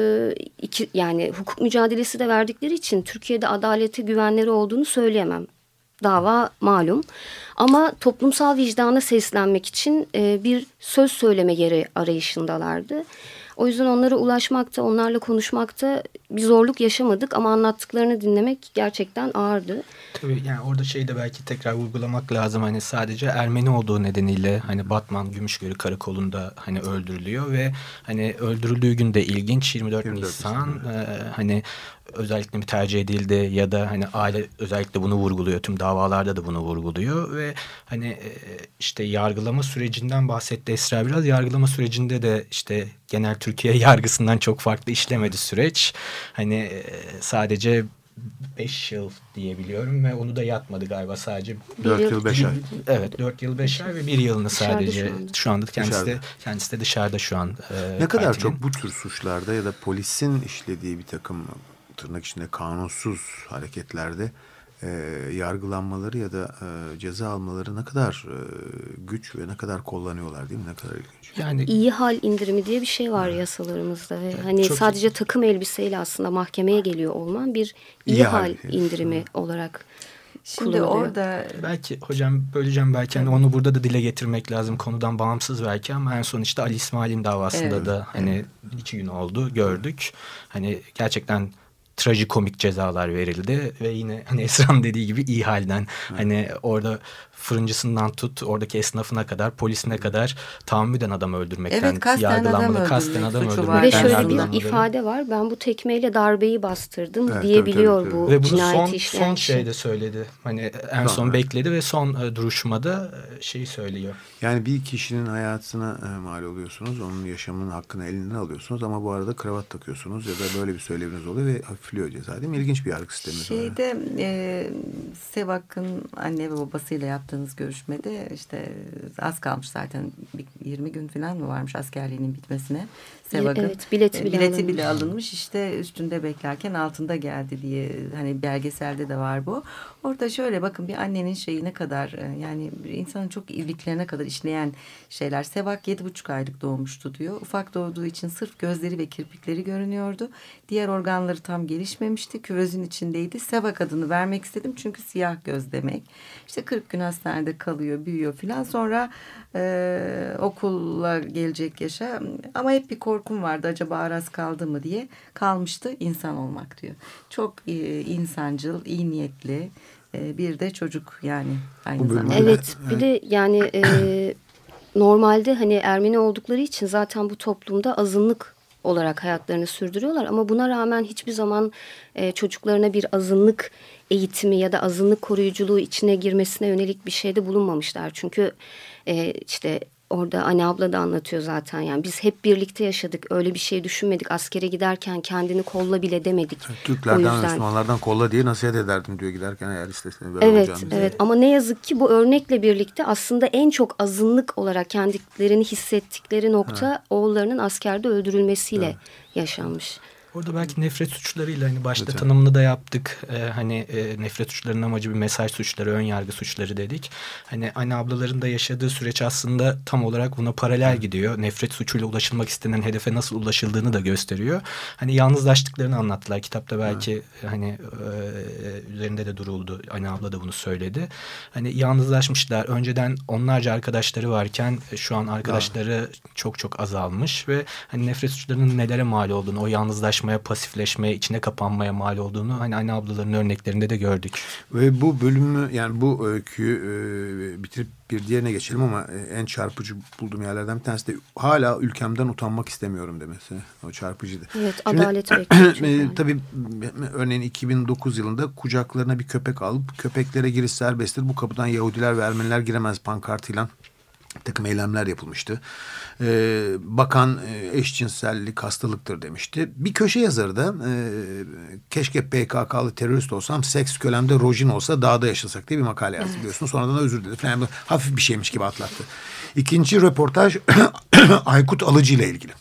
D: iki, yani hukuk mücadelesi de verdikleri için Türkiye'de adalete güvenleri olduğunu söyleyemem. Dava malum. Ama toplumsal vicdana seslenmek için e, bir söz söyleme yeri arayışındalardı. O yüzden onlara ulaşmakta, onlarla konuşmakta bir zorluk yaşamadık ama anlattıklarını dinlemek gerçekten ağırdı.
E: Tabii yani orada şeyi de belki tekrar vurgulamak lazım. Hani sadece Ermeni olduğu nedeniyle hani Batman Gümüşgölü Karakolu'nda hani öldürülüyor ve hani öldürüldüğü gün de ilginç yirmi dört Nisan e, hani özellikle mi tercih edildi ya da hani aile özellikle bunu vurguluyor. Tüm davalarda da bunu vurguluyor ve hani işte yargılama sürecinden bahsetti Esra biraz. Yargılama sürecinde de işte genel Türkiye yargısından çok farklı işlemedi süreç. Hani sadece beş yıl diyebiliyorum ve onu da yatmadı galiba sadece.
B: dört yıl beş ay.
E: Evet, dört yıl beş ay ve bir yılını sadece şu anda, şu anda kendisi dışarıda. de kendisi de dışarıda şu an. E,
B: ne kadar
E: katilin.
B: çok bu tür suçlarda ya da polisin işlediği bir takım tırnak içinde kanunsuz hareketlerde e, yargılanmaları ya da e, ceza almaları ne kadar e, güç ve ne kadar kullanıyorlar değil mi? Ne kadar ilginç.
D: Yani iyi hal indirimi diye bir şey var evet. yasalarımızda ve hani çok sadece iyi. Takım elbiseyle aslında mahkemeye geliyor olman bir iyi, iyi hal, hal indirimi evet. olarak
C: Şimdi orada
E: belki hocam böleceğim belki hani onu burada da dile getirmek lazım konudan bağımsız belki ama en son işte Ali İsmail'in davasında evet. da hani evet. iki gün oldu gördük. Hani gerçekten trajikomik cezalar verildi ve yine hani Esra'nın dediği gibi iyi halden evet. hani orada fırıncısından tut oradaki esnafına kadar polisine kadar tahammüden adam öldürmekten
C: evet, kasten
E: yargılanmalı.
C: Adam
E: kasten adam öldürmekten
D: ve şöyle bir ifade var. Ben bu tekmeyle darbeyi bastırdım evet, diyebiliyor tabii, tabii, tabii.
E: bu ve bunu
D: cinayeti
E: son, son şeyde söyledi. Hani en son evet. bekledi ve son e, duruşmada e, şeyi söylüyor.
B: Yani bir kişinin hayatına e, mal oluyorsunuz. Onun yaşamının hakkını elinden alıyorsunuz ama bu arada kravat takıyorsunuz ya da böyle bir söyleminiz oluyor ve hafif hafifliyor ceza değil mi? İlginç bir yargı sistemi.
C: Şeyde e, Sevak'ın anne ve babasıyla yaptığınız görüşmede işte az kalmış zaten yirmi gün falan mı varmış askerliğinin bitmesine. Sevak'ın
D: evet, bileti, bile,
C: bileti
D: alınmış.
C: bile alınmış işte üstünde beklerken altında geldi diye hani belgeselde de var bu. Orada şöyle bakın bir annenin şeyi ne kadar yani insanın çok iliklerine kadar işleyen şeyler. Sevak yedi buçuk aylık doğmuştu diyor. Ufak doğduğu için sırf gözleri ve kirpikleri görünüyordu. Diğer organları tam gelişmemişti. Küvezin içindeydi. Sevak adını vermek istedim çünkü siyah göz demek. İşte kırk gün hastanede kalıyor, büyüyor filan. Sonra e, okulla gelecek yaşa ama hep bir korkum vardı. Acaba araz kaldı mı diye. Kalmıştı insan olmak diyor. Çok e, insancıl, iyi niyetli e, bir de çocuk yani aynı zamanda.
D: Evet bir de yani e, normalde hani Ermeni oldukları için zaten bu toplumda azınlık olarak hayatlarını sürdürüyorlar ama buna rağmen hiçbir zaman e, çocuklarına bir azınlık eğitimi ya da azınlık koruyuculuğu içine girmesine yönelik bir şeyde bulunmamışlar. Çünkü e, işte orada anne abla da anlatıyor zaten yani biz hep birlikte yaşadık öyle bir şey düşünmedik askere giderken kendini kolla bile demedik.
B: Türklerden
D: yüzden...
B: Müslümanlardan kolla diye nasihat ederdim diyor giderken eğer isteseniz böyle
D: evet,
B: olacağını.
D: evet ama ne yazık ki bu örnekle birlikte aslında en çok azınlık olarak kendilerini hissettikleri nokta evet. oğullarının askerde öldürülmesiyle evet. yaşanmış.
E: Orada belki nefret suçlarıyla hani başta
B: evet.
E: tanımını da yaptık. Ee, hani e, nefret suçlarının amacı bir mesaj suçları, ön yargı suçları dedik. Hani anne ablaların da yaşadığı süreç aslında tam olarak buna paralel evet. gidiyor. Nefret suçuyla ulaşılmak istenen hedefe nasıl ulaşıldığını da gösteriyor. Hani yalnızlaştıklarını anlattılar. Kitapta belki evet. hani e, üzerinde de duruldu. Anne abla da bunu söyledi. Hani yalnızlaşmışlar. Önceden onlarca arkadaşları varken şu an arkadaşları evet. çok çok azalmış ve hani nefret suçlarının nelere mal olduğunu, o yalnızlaşma pasifleşmeye, içine kapanmaya mal olduğunu hani anne ablaların örneklerinde de gördük.
B: Ve bu bölümü yani bu öyküyü e, bitirip bir diğerine geçelim ama en çarpıcı bulduğum yerlerden bir tanesi de hala ülkemden utanmak istemiyorum demesi. O çarpıcıydı.
D: Evet, adalet bekliyor.
B: e, tabii örneğin iki bin dokuz yılında kucaklarına bir köpek alıp köpeklere giriş serbesttir. Bu kapıdan Yahudiler ve Ermeniler giremez pankartıyla takım eylemler yapılmıştı. Ee, bakan e, eşcinsellik hastalıktır demişti. Bir köşe yazarı da e, keşke P K K'lı terörist olsam, seks kölemde rojin olsa dağda yaşasak diye bir makale yazdı biliyorsun. Sonradan da özür diledi falan. Hafif bir şeymiş gibi atlattı. İkinci röportaj Aykut Alıcı ile ilgili.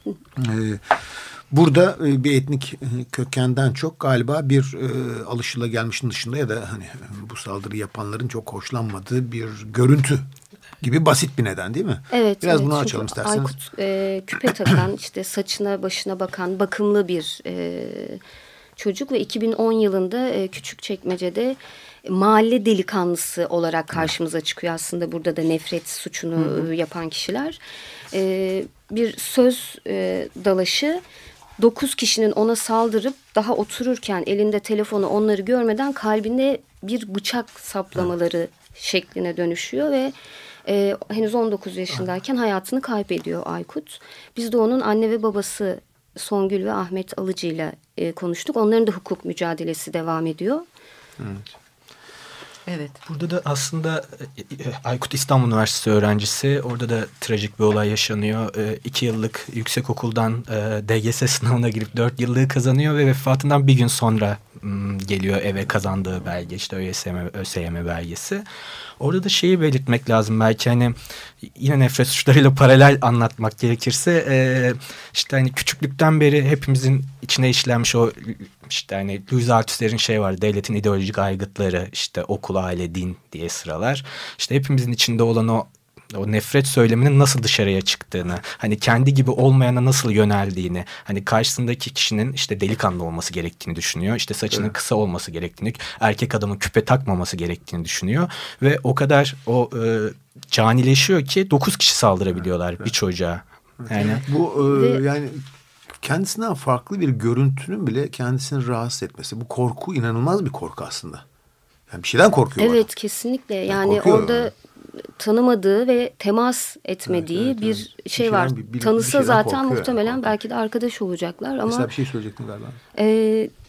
B: Ee, Burada e, bir etnik e, kökenden çok galiba bir e, alışılagelmişin dışında ya da hani bu saldırı yapanların çok hoşlanmadığı bir görüntü gibi basit bir neden değil mi?
D: Evet.
B: Biraz
D: evet.
B: bunu açalım
D: Çünkü
B: isterseniz.
D: Aykut e, küpe takan işte saçına başına bakan bakımlı bir e, çocuk ve iki bin on yılında e, Küçükçekmece'de mahalle delikanlısı olarak karşımıza çıkıyor aslında burada da nefret suçunu hı hı. yapan kişiler. E, bir söz e, dalaşı dokuz kişinin ona saldırıp daha otururken elinde telefonu onları görmeden kalbine bir bıçak saplamaları hı. şekline dönüşüyor ve e, henüz on dokuz yaşındayken hayatını kaybediyor Aykut. Biz de onun anne ve babası Songül ve Ahmet Alıcı ile e, konuştuk. Onların da hukuk mücadelesi devam ediyor.
B: Evet.
C: Evet.
E: Burada da aslında Aykut İstanbul Üniversitesi öğrencisi. Orada da trajik bir olay yaşanıyor. E, iki yıllık yüksekokuldan e, D G S sınavına girip dört yıllığı kazanıyor ve vefatından bir gün sonra m, geliyor eve kazandığı belge. İşte ÖSYM, ÖSYM belgesi. Orada da şeyi belirtmek lazım belki hani yine nefret suçlarıyla paralel anlatmak gerekirse e, işte hani küçüklükten beri hepimizin içine işlenmiş o işte hani Louis Althusser'in şey var, devletin ideolojik aygıtları, işte okul, aile, din diye sıralar. İşte hepimizin içinde olan o o nefret söyleminin nasıl dışarıya çıktığını, hani kendi gibi olmayana nasıl yöneldiğini, hani karşısındaki kişinin işte delikanlı olması gerektiğini düşünüyor. İşte saçının evet. kısa olması gerektiğini, erkek adamın küpe takmaması gerektiğini düşünüyor. Ve o kadar o e, canileşiyor ki dokuz kişi saldırabiliyorlar evet. bir çocuğa. Yani
B: bu e, yani kendisinden farklı bir görüntünün bile kendisini rahatsız etmesi. Bu korku inanılmaz bir korku aslında. Yani bir şeyden korkuyor.
D: Evet
B: adam.
D: kesinlikle. Yani, yani orada yani. tanımadığı ve temas etmediği evet, evet, bir evet. şey bir var. Bir, bir, Tanısa bir zaten muhtemelen yani. belki de arkadaş olacaklar ama.
B: Mesela bir şey söyleyecektin galiba.
D: E,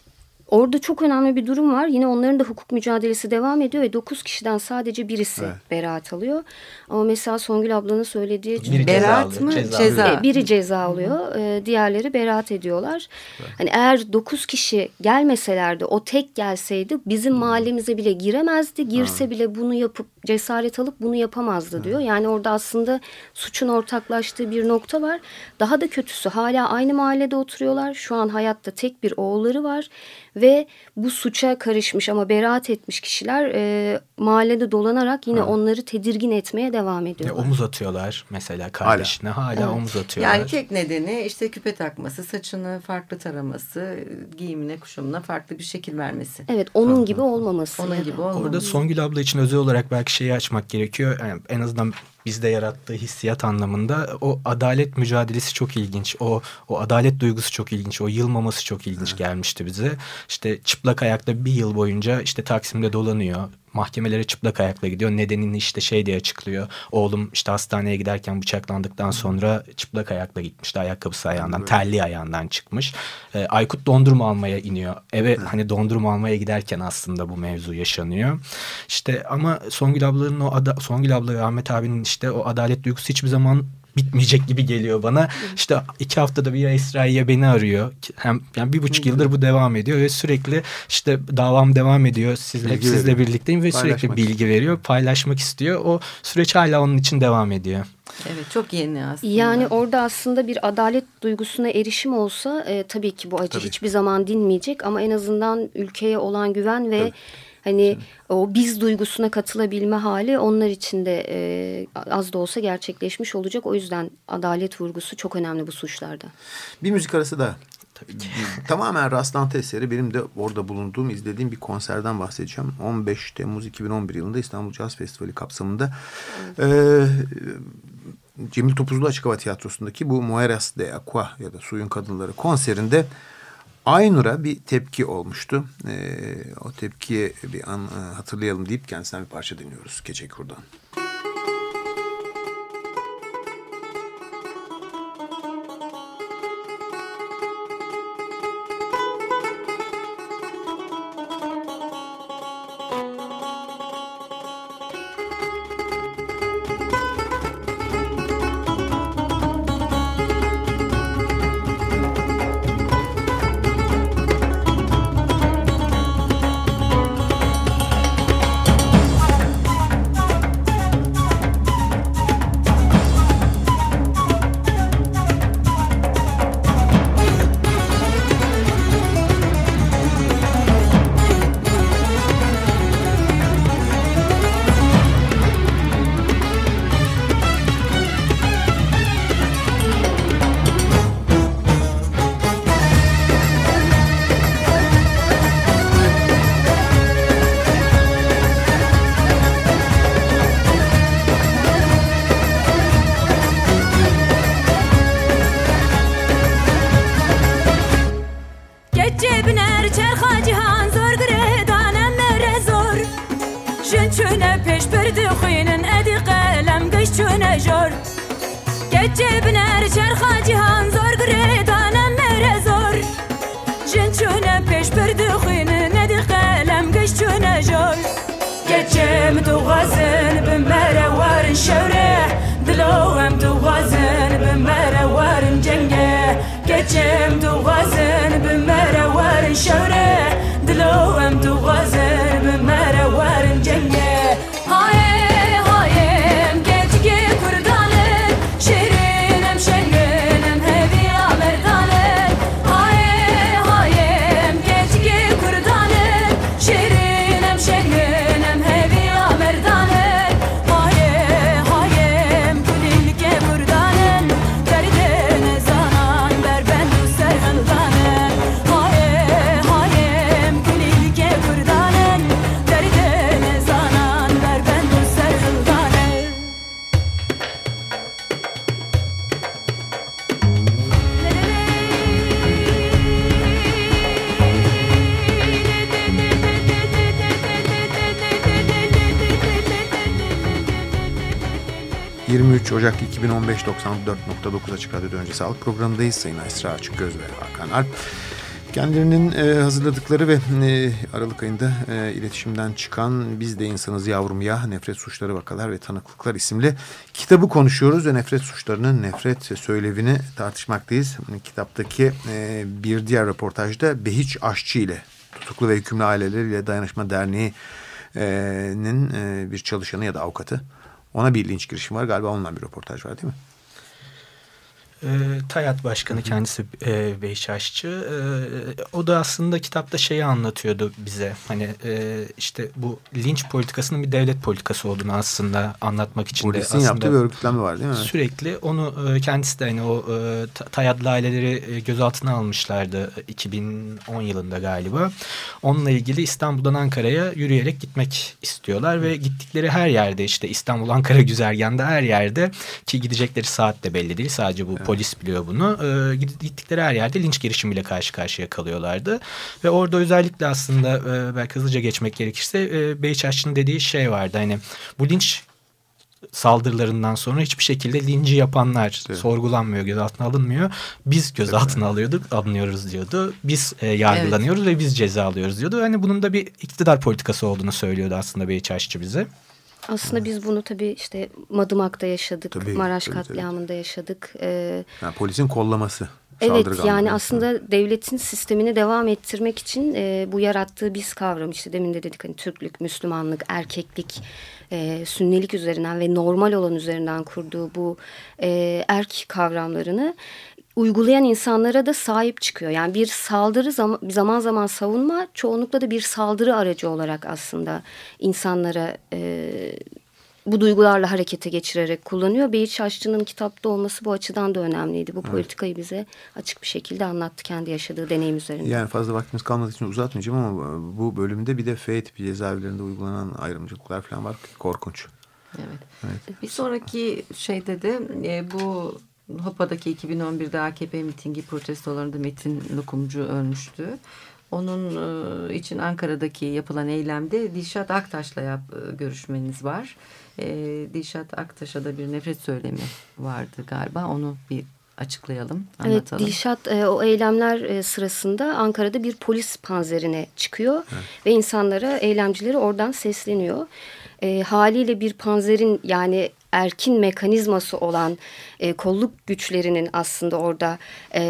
D: Orada çok önemli bir durum var. Yine onların da hukuk mücadelesi devam ediyor ve dokuz kişiden sadece birisi evet. beraat alıyor. Ama mesela Songül ablanın söylediği
E: biri
C: beraat
E: ceza
C: mı?
E: Ceza.
C: Ceza.
D: Biri ceza alıyor. E, diğerleri beraat ediyorlar. Evet. Hani eğer dokuz kişi gelmeselerdi, o tek gelseydi bizim hmm. mahallemize bile giremezdi. Girse hmm. bile bunu yapıp cesaret alıp bunu yapamazdı diyor. Hmm. Yani orada aslında suçun ortaklaştığı bir nokta var. Daha da kötüsü hala aynı mahallede oturuyorlar. Şu an hayatta tek bir oğulları var. Ve bu suça karışmış ama beraat etmiş kişiler e, mahallede dolanarak yine ha. onları tedirgin etmeye devam ediyorlar.
E: Ya, omuz atıyorlar mesela kardeşine hala, hala evet. omuz atıyorlar.
C: Yani tek nedeni işte küpe takması, saçını farklı taraması, giyimine, kuşamına farklı bir şekil vermesi.
D: Evet, onun ha. gibi olmaması.
C: Onun gibi olmaması.
E: Orada Songül abla için özel olarak belki şeyi açmak gerekiyor. Yani en azından bizde yarattığı hissiyat anlamında o adalet mücadelesi çok ilginç. O o adalet duygusu çok ilginç. O yılmaması çok ilginç evet. gelmişti bize. İşte çıplak ayakla bir yıl boyunca işte Taksim'de dolanıyor. Mahkemelere çıplak ayakla gidiyor. Nedenini işte şey diye açıklıyor. Oğlum işte hastaneye giderken bıçaklandıktan sonra çıplak ayakla gitmişti. Ayakkabısı ayağından, evet. terli ayağından çıkmış. Ee, Aykut dondurma almaya iniyor. Eve evet. hani dondurma almaya giderken aslında bu mevzu yaşanıyor. İşte ama Songül ablanın o ada, Songül abla ve Ahmet abinin işte o adalet duygusu hiçbir zaman bitmeyecek gibi geliyor bana. İşte iki haftada bir ya Esra'yı beni arıyor. Hem yani bir buçuk yıldır bu devam ediyor ve sürekli işte davam devam ediyor. Siz hep sizle birlikteyim ve sürekli bilgi veriyor, paylaşmak istiyor. O süreç hala onun için devam ediyor.
C: Evet, çok yeni aslında.
D: Yani orada aslında bir adalet duygusuna erişim olsa e, tabii ki bu acı tabii. hiçbir zaman dinmeyecek ama en azından ülkeye olan güven ve tabii. hani o biz duygusuna katılabilme hali onlar için de e, az da olsa gerçekleşmiş olacak. O yüzden adalet vurgusu çok önemli bu suçlarda.
B: Bir müzik arası da tabii ki. Tamamen rastlantı eseri. Benim de orada bulunduğum, izlediğim bir konserden bahsedeceğim. on beş Temmuz iki bin on bir yılında İstanbul Caz Festivali kapsamında evet. e, Cemil Topuzlu Açık Hava Tiyatrosu'ndaki bu Mujeres de Agua ya da Suyun Kadınları konserinde Aynur'a bir tepki olmuştu. Ee, o tepkiye bir an e, hatırlayalım deyip kendisinden bir parça dinliyoruz Keçe Kur'dan. yirmi üç Ocak iki bin on beş doksan dört nokta dokuz Açık Radyo Önce Sağlık programındayız. Sayın Esra Açıkgöz ve Hakan Alp. Kendilerinin e, hazırladıkları ve e, Aralık ayında e, iletişimden çıkan Biz de İnsanız Yavrum Ya, Nefret Suçları, Vakalar ve Tanıklıklar isimli kitabı konuşuyoruz ve nefret suçlarının nefret söylevini tartışmaktayız. Kitaptaki e, bir diğer röportajda Behiç Aşçı ile, Tutuklu ve Hükümlü Aileleriyle Dayanışma Derneği'nin e, bir çalışanı ya da avukatı. Ona bir linç girişimi var galiba, onunla bir röportaj var değil mi?
E: E, TAYAT Başkanı kendisi e, Behiç Aşçı. E, o da aslında kitapta şeyi anlatıyordu bize. Hani e, işte bu linç politikasının bir devlet politikası olduğunu aslında anlatmak için de.
B: Polisin yaptığı bir örgütlenme var değil mi?
E: Sürekli onu e, kendisi de hani o e, TAYAT'lı aileleri e, gözaltına almışlardı iki bin on yılında galiba. Onunla ilgili İstanbul'dan Ankara'ya yürüyerek gitmek istiyorlar ve gittikleri her yerde, işte İstanbul-Ankara güzergahında her yerde, ki gidecekleri saat de belli değil, sadece bu evet. Polis biliyor bunu. E, gittikleri her yerde linç girişimiyle karşı karşıya kalıyorlardı. Ve orada özellikle aslında e, belki hızlıca geçmek gerekirse e, Behiç Aşçı'nın dediği şey vardı. Hani bu linç saldırılarından sonra hiçbir şekilde linci yapanlar evet. sorgulanmıyor, gözaltına alınmıyor. Biz gözaltına evet. alıyorduk, alınıyoruz diyordu. Biz e, yargılanıyoruz evet. ve biz ceza alıyoruz diyordu. Hani bunun da bir iktidar politikası olduğunu söylüyordu aslında Behiç Aşçı bize.
D: Aslında biz bunu tabii işte Madımak'ta yaşadık,
B: tabii,
D: Maraş
B: tabii,
D: katliamında tabii. yaşadık. Ee,
B: yani polisin kollaması.
D: Evet, yani aslında devletin sistemini devam ettirmek için e, bu yarattığı biz kavramı, işte demin de dedik hani Türklük, Müslümanlık, erkeklik, e, sünnilik üzerinden ve normal olan üzerinden kurduğu bu e, erk kavramlarını uygulayan insanlara da sahip çıkıyor. Yani bir saldırı zaman, zaman zaman savunma, çoğunlukla da bir saldırı aracı olarak aslında insanlara e, bu duygularla harekete geçirerek kullanıyor. Behiç Aşçı'nın kitapta olması bu açıdan da önemliydi. Bu evet. politikayı bize açık bir şekilde anlattı kendi yaşadığı deneyim üzerinde.
B: Yani fazla vaktimiz kalmadığı için uzatmayacağım ama bu bölümde bir de F E T cezaevlerinde uygulanan ayrımcılıklar falan var. Korkunç.
C: Evet. evet. Bir sonraki şeyde de e, bu Hopa'daki iki bin on birde A K P mitingi protestolarında Metin Lokumcu ölmüştü. Onun için Ankara'daki yapılan eylemde Dilşat Aktaş'la yap, görüşmeniz var. E, Dilşat Aktaş'a da bir nefret söylemi vardı galiba. Onu bir açıklayalım, anlatalım.
D: Evet, Dilşat e, o eylemler e, sırasında Ankara'da bir polis panzerine çıkıyor. Evet. Ve insanlara, eylemcileri oradan sesleniyor. E, haliyle bir panzerin, yani erkin mekanizması olan e, kolluk güçlerinin aslında orada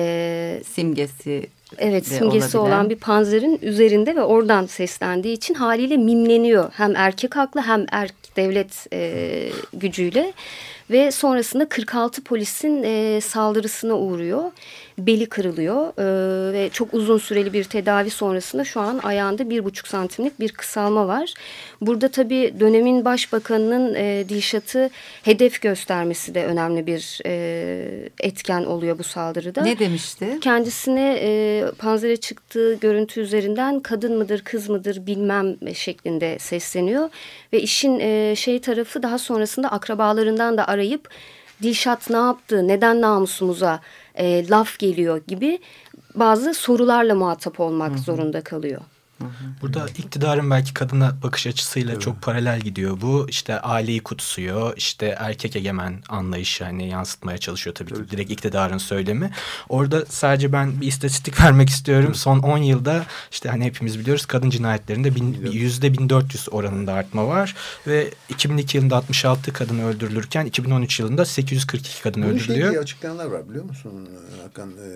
C: e, simgesi
D: evet simgesi olabilen olan bir panzerin üzerinde ve oradan seslendiği için haliyle mimleniyor. Hem erkek haklı hem erk devlet e, gücüyle ve sonrasında kırk altı polisin e, saldırısına uğruyor. Beli kırılıyor e, ve çok uzun süreli bir tedavi sonrasında şu an ayağında bir buçuk santimlik bir kısalma var. Burada tabii dönemin başbakanının e, Dilşat'ı hedef göstermesi de önemli bir e, etken oluyor bu saldırıda.
C: Ne demişti?
D: Kendisine e, panzere çıktığı görüntü üzerinden kadın mıdır kız mıdır bilmem şeklinde sesleniyor. Ve işin e, şey tarafı, daha sonrasında akrabalarından da arayıp Dilşat ne yaptı, neden namusumuza e, laf geliyor gibi bazı sorularla muhatap olmak Hı-hı. zorunda kalıyor.
E: Burada iktidarın belki kadına bakış açısıyla evet. çok paralel gidiyor bu. İşte aileyi kutsuyor, işte erkek egemen anlayışı hani yansıtmaya çalışıyor tabii evet. ki direkt iktidarın söylemi. Orada sadece ben bir istatistik vermek istiyorum. Evet. Son on yılda işte hani hepimiz biliyoruz kadın cinayetlerinde yüzde bin dört yüz oranında artma var. Ve iki bin iki yılında altmış altı kadın öldürülürken iki bin on üç yılında sekiz yüz kırk iki kadın
B: Bunun
E: öldürülüyor.
B: Bunun şey açıklayanlar var biliyor musun Hakan? Ee,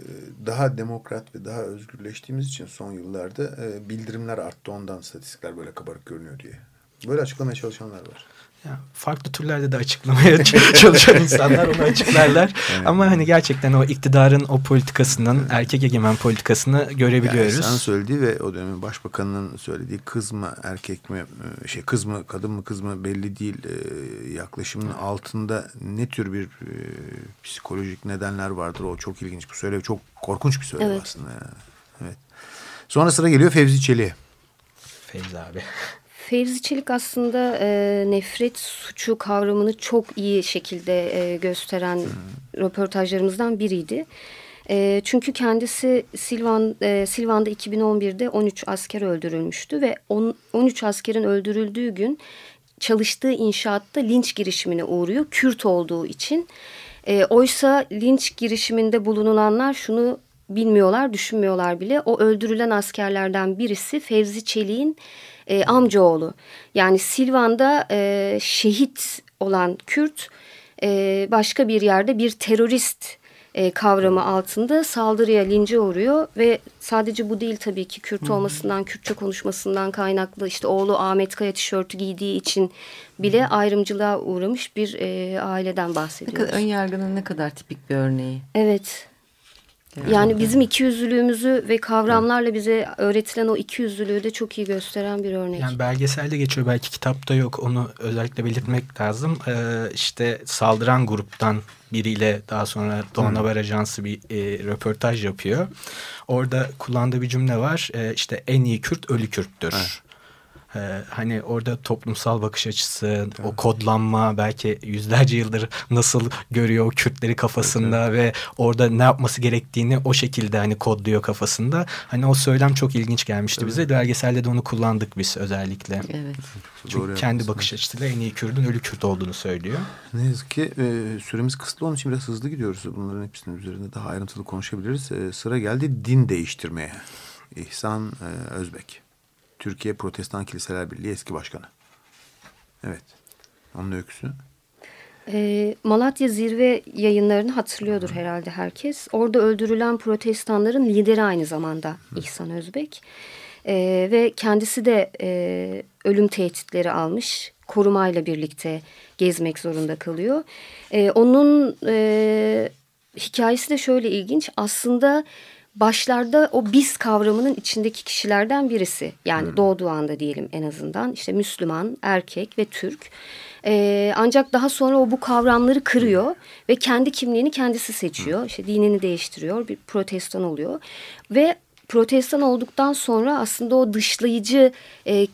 B: daha demokrat ve daha özgürleştiğimiz için son yıllarda bildirimler arttı, ondan statistikler böyle kabarık görünüyor diye. Böyle açıklamaya çalışanlar var.
E: Ya, farklı türlerde de açıklamaya çalışan insanlar onu açıklarlar. Evet. Ama hani gerçekten o iktidarın o politikasının, evet. erkek egemen politikasını görebiliyoruz.
B: Yani sen söylediği ve o dönemin başbakanının söylediği kız mı erkek mi, şey kız mı kadın mı kız mı belli değil yaklaşımın evet. altında ne tür bir e, psikolojik nedenler vardır, o çok ilginç. Bu söylem çok korkunç bir söylem evet. aslında. Yani. Evet. Sonra sıra geliyor Fevzi Çelik'e.
E: Fevzi abi.
D: Fevzi Çelik aslında e, nefret suçu kavramını çok iyi şekilde e, gösteren hmm. röportajlarımızdan biriydi. E, çünkü kendisi Silvan e, Silvan'da iki bin on birde on üç asker öldürülmüştü ve on, on üç askerin öldürüldüğü gün çalıştığı inşaatta linç girişimine uğruyor. Kürt olduğu için. E, oysa linç girişiminde bulunanlar şunu bilmiyorlar, düşünmüyorlar bile. O öldürülen askerlerden birisi Fevzi Çelik'in e, amcaoğlu. Yani Silvan'da e, şehit olan Kürt e, başka bir yerde bir terörist e, kavramı altında saldırıya, lince uğruyor ve sadece bu değil tabii ki, Kürt olmasından, Kürtçe konuşmasından kaynaklı, işte oğlu Ahmet Kaya tişörtü giydiği için bile ayrımcılığa uğramış bir e, aileden bahsediyoruz.
C: Ön yargının ne kadar tipik bir örneği.
D: Evet. Yani bizim ikiyüzlülüğümüzü ve kavramlarla bize öğretilen o ikiyüzlülüğü de çok iyi gösteren bir örnek.
E: Yani belgeselde geçiyor, belki kitapta yok, onu özellikle belirtmek lazım. Ee, işte saldıran gruptan biriyle daha sonra Doğan Haber Ajansı bir e, röportaj yapıyor. Orada kullandığı bir cümle var. E, işte en iyi Kürt ölü Kürttür. Evet. Ee, hani orada toplumsal bakış açısı, evet. o kodlanma, belki yüzlerce yıldır nasıl görüyor o Kürtleri kafasında, evet, evet. ve orada ne yapması gerektiğini o şekilde hani kodluyor kafasında. Hani o söylem çok ilginç gelmişti, evet. bize. Belgeselde de onu kullandık biz özellikle. Evet. Çünkü doğru kendi yapmışsın. Bakış açısıyla en iyi Kürt'ün ölü Kürt olduğunu söylüyor.
B: Ne yazık ki e, süremiz kısıtlı, onun için biraz hızlı gidiyoruz. Bunların hepsinin üzerinde daha ayrıntılı konuşabiliriz. E, sıra geldi din değiştirmeye. İhsan e, Özbek. Türkiye Protestan Kiliseler Birliği eski başkanı. Evet. Onun öyküsü.
D: E, Malatya Zirve yayınlarını hatırlıyordur herhalde herkes. Orada öldürülen protestanların lideri aynı zamanda Hı. İhsan Özbek. E, ve kendisi de e, ölüm tehditleri almış. Korumayla birlikte gezmek zorunda kalıyor. E, onun e, hikayesi de şöyle ilginç. Aslında başlarda o biz kavramının içindeki kişilerden birisi. Yani hmm. doğduğu anda diyelim en azından. İşte Müslüman, erkek ve Türk. Ee, ancak daha sonra o bu kavramları kırıyor hmm. ve kendi kimliğini kendisi seçiyor. Hmm. İşte dinini değiştiriyor, bir protestan oluyor. Ve protestan olduktan sonra aslında o dışlayıcı e,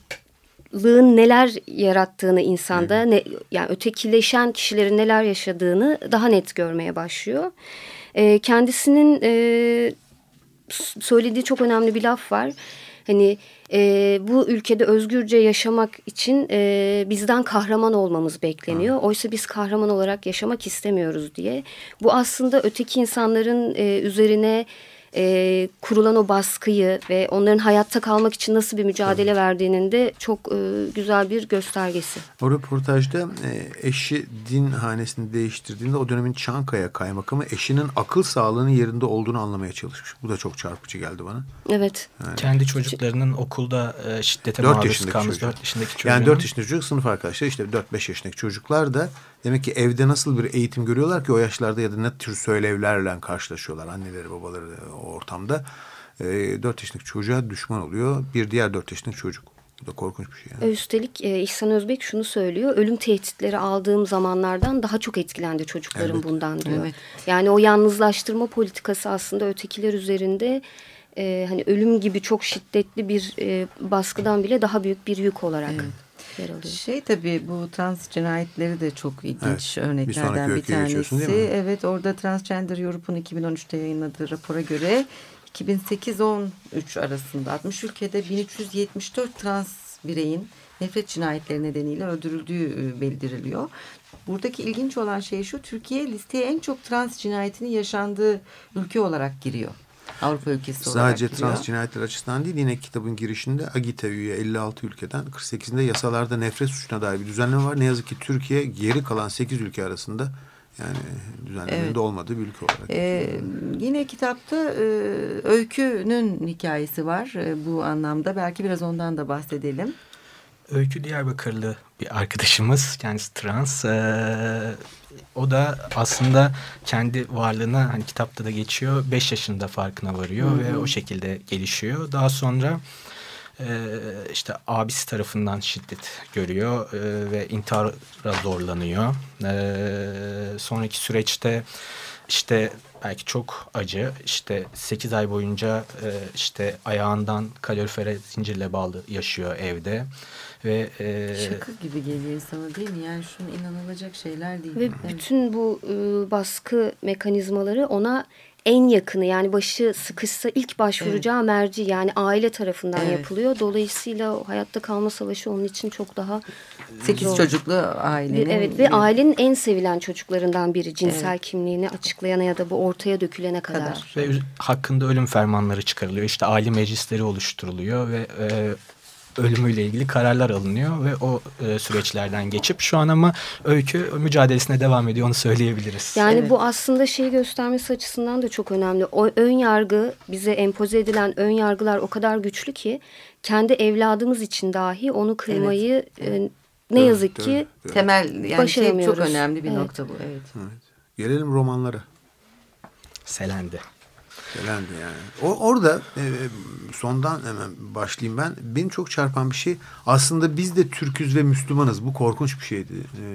D: lığın neler yarattığını insanda, hmm. ne, yani ötekileşen kişilerin neler yaşadığını daha net görmeye başlıyor. E, kendisinin e, söylediği çok önemli bir laf var. Hani e, bu ülkede özgürce yaşamak için e, bizden kahraman olmamız bekleniyor. Oysa biz kahraman olarak yaşamak istemiyoruz diye. Bu aslında öteki insanların e, üzerine e, kurulan o baskıyı ve onların hayatta kalmak için nasıl bir mücadele evet. verdiğinin de çok e, güzel bir göstergesi.
B: O röportajda e, eşi din hanesini değiştirdiğinde o dönemin Çankaya kaymakamı eşinin akıl sağlığının yerinde olduğunu anlamaya çalışmış. Bu da çok çarpıcı geldi bana.
D: Evet.
E: Yani, kendi çocuklarının okulda e, şiddete maruz kalmış dört yaşındaki çocuğun.
B: Yani dört yaşındaki çocuk, sınıf arkadaşları, işte dört beş yaşındaki çocuklar da demek ki evde nasıl bir eğitim görüyorlar ki o yaşlarda, ya da ne tür söylevlerle karşılaşıyorlar anneleri babaları o ortamda. E, dört yaşındaki çocuğa düşman oluyor bir diğer dört yaşındaki çocuk. Bu da korkunç bir şey. Yani.
D: Üstelik e, İhsan Özbek şunu söylüyor. Ölüm tehditleri aldığım zamanlardan daha çok etkilendi çocuklarım evet. bundan diyor. Evet. Yani o yalnızlaştırma politikası aslında ötekiler üzerinde e, hani ölüm gibi çok şiddetli bir e, baskıdan bile daha büyük bir yük olarak evet. yer alıyor.
C: Şey tabii bu trans cinayetleri de çok ilginç evet. örneklerden bir, bir tanesi. Evet, orada Transgender Europe'un iki bin on üçte yayınladığı rapora göre iki bin sekiz on üç arasında altmış ülkede bin üç yüz yetmiş dört trans bireyin nefret cinayetleri nedeniyle öldürüldüğü bildiriliyor. Buradaki ilginç olan şey şu: Türkiye listeye en çok trans cinayetinin yaşandığı ülke olarak giriyor. Avrupa ülkesi olarak
B: sadece
C: giriyor.
B: Trans cinayetler açısından değil, yine kitabın girişinde AGİT'e üye elli altı ülkeden kırk sekizinde yasalarda nefret suçuna dair bir düzenleme var. Ne yazık ki Türkiye geri kalan sekiz ülke arasında yani düzenlemenin evet. de olmadığı bir ülke olarak.
C: Ee, yine kitapta e, Öykü'nün hikayesi var e, bu anlamda. Belki biraz ondan da bahsedelim.
E: Öykü Diyarbakırlı bir arkadaşımız. Kendisi trans. Ee, o da aslında kendi varlığına, hani kitapta da geçiyor, beş yaşında farkına varıyor Hı-hı. ve o şekilde gelişiyor. Daha sonra e, işte abisi tarafından şiddet görüyor e, ve intihara zorlanıyor. E, sonraki süreçte işte belki çok acı, işte sekiz ay boyunca e, işte ayağından kalorifere zincirle bağlı yaşıyor evde. Ve, e,
C: şaka gibi geliyor insana, değil mi? Yani şunu inanılacak şeyler değil.
D: Ve evet. bütün bu e, baskı mekanizmaları ona en yakını, yani başı sıkışsa ilk başvuracağı evet. merci, yani aile tarafından evet. yapılıyor. Dolayısıyla o hayatta kalma savaşı onun için çok daha
C: Sekiz
D: Zor.
C: çocuklu ailenin.
D: Evet ve ailenin en sevilen çocuklarından biri cinsel
C: Evet. kimliğini
D: kimliğini açıklayana ya da bu ortaya dökülene kadar.
C: kadar.
E: Ve hakkında ölüm fermanları çıkarılıyor. İşte aile meclisleri oluşturuluyor ve e, ölümüyle ilgili kararlar alınıyor ve o e, süreçlerden geçip şu an ama öykü mücadelesine devam ediyor, onu söyleyebiliriz.
D: Yani
C: Evet.
D: bu aslında şeyi göstermesi açısından da çok önemli. O ön yargı, bize empoze edilen ön yargılar o kadar güçlü ki kendi evladımız için dahi onu kırmayı
C: Evet.
D: e, ne
B: Evet,
D: yazık
B: evet,
D: ki
B: evet.
C: Temel yani şey
D: Başaramıyoruz.
C: çok önemli bir
D: Evet.
C: nokta bu. Evet.
B: Evet. Gelelim romanlara.
E: Selendi.
B: Selendi yani. O, orada e, sondan hemen başlayayım ben. Beni çok çarpan bir şey, aslında biz de Türküz ve Müslümanız. Bu korkunç bir şeydi. E,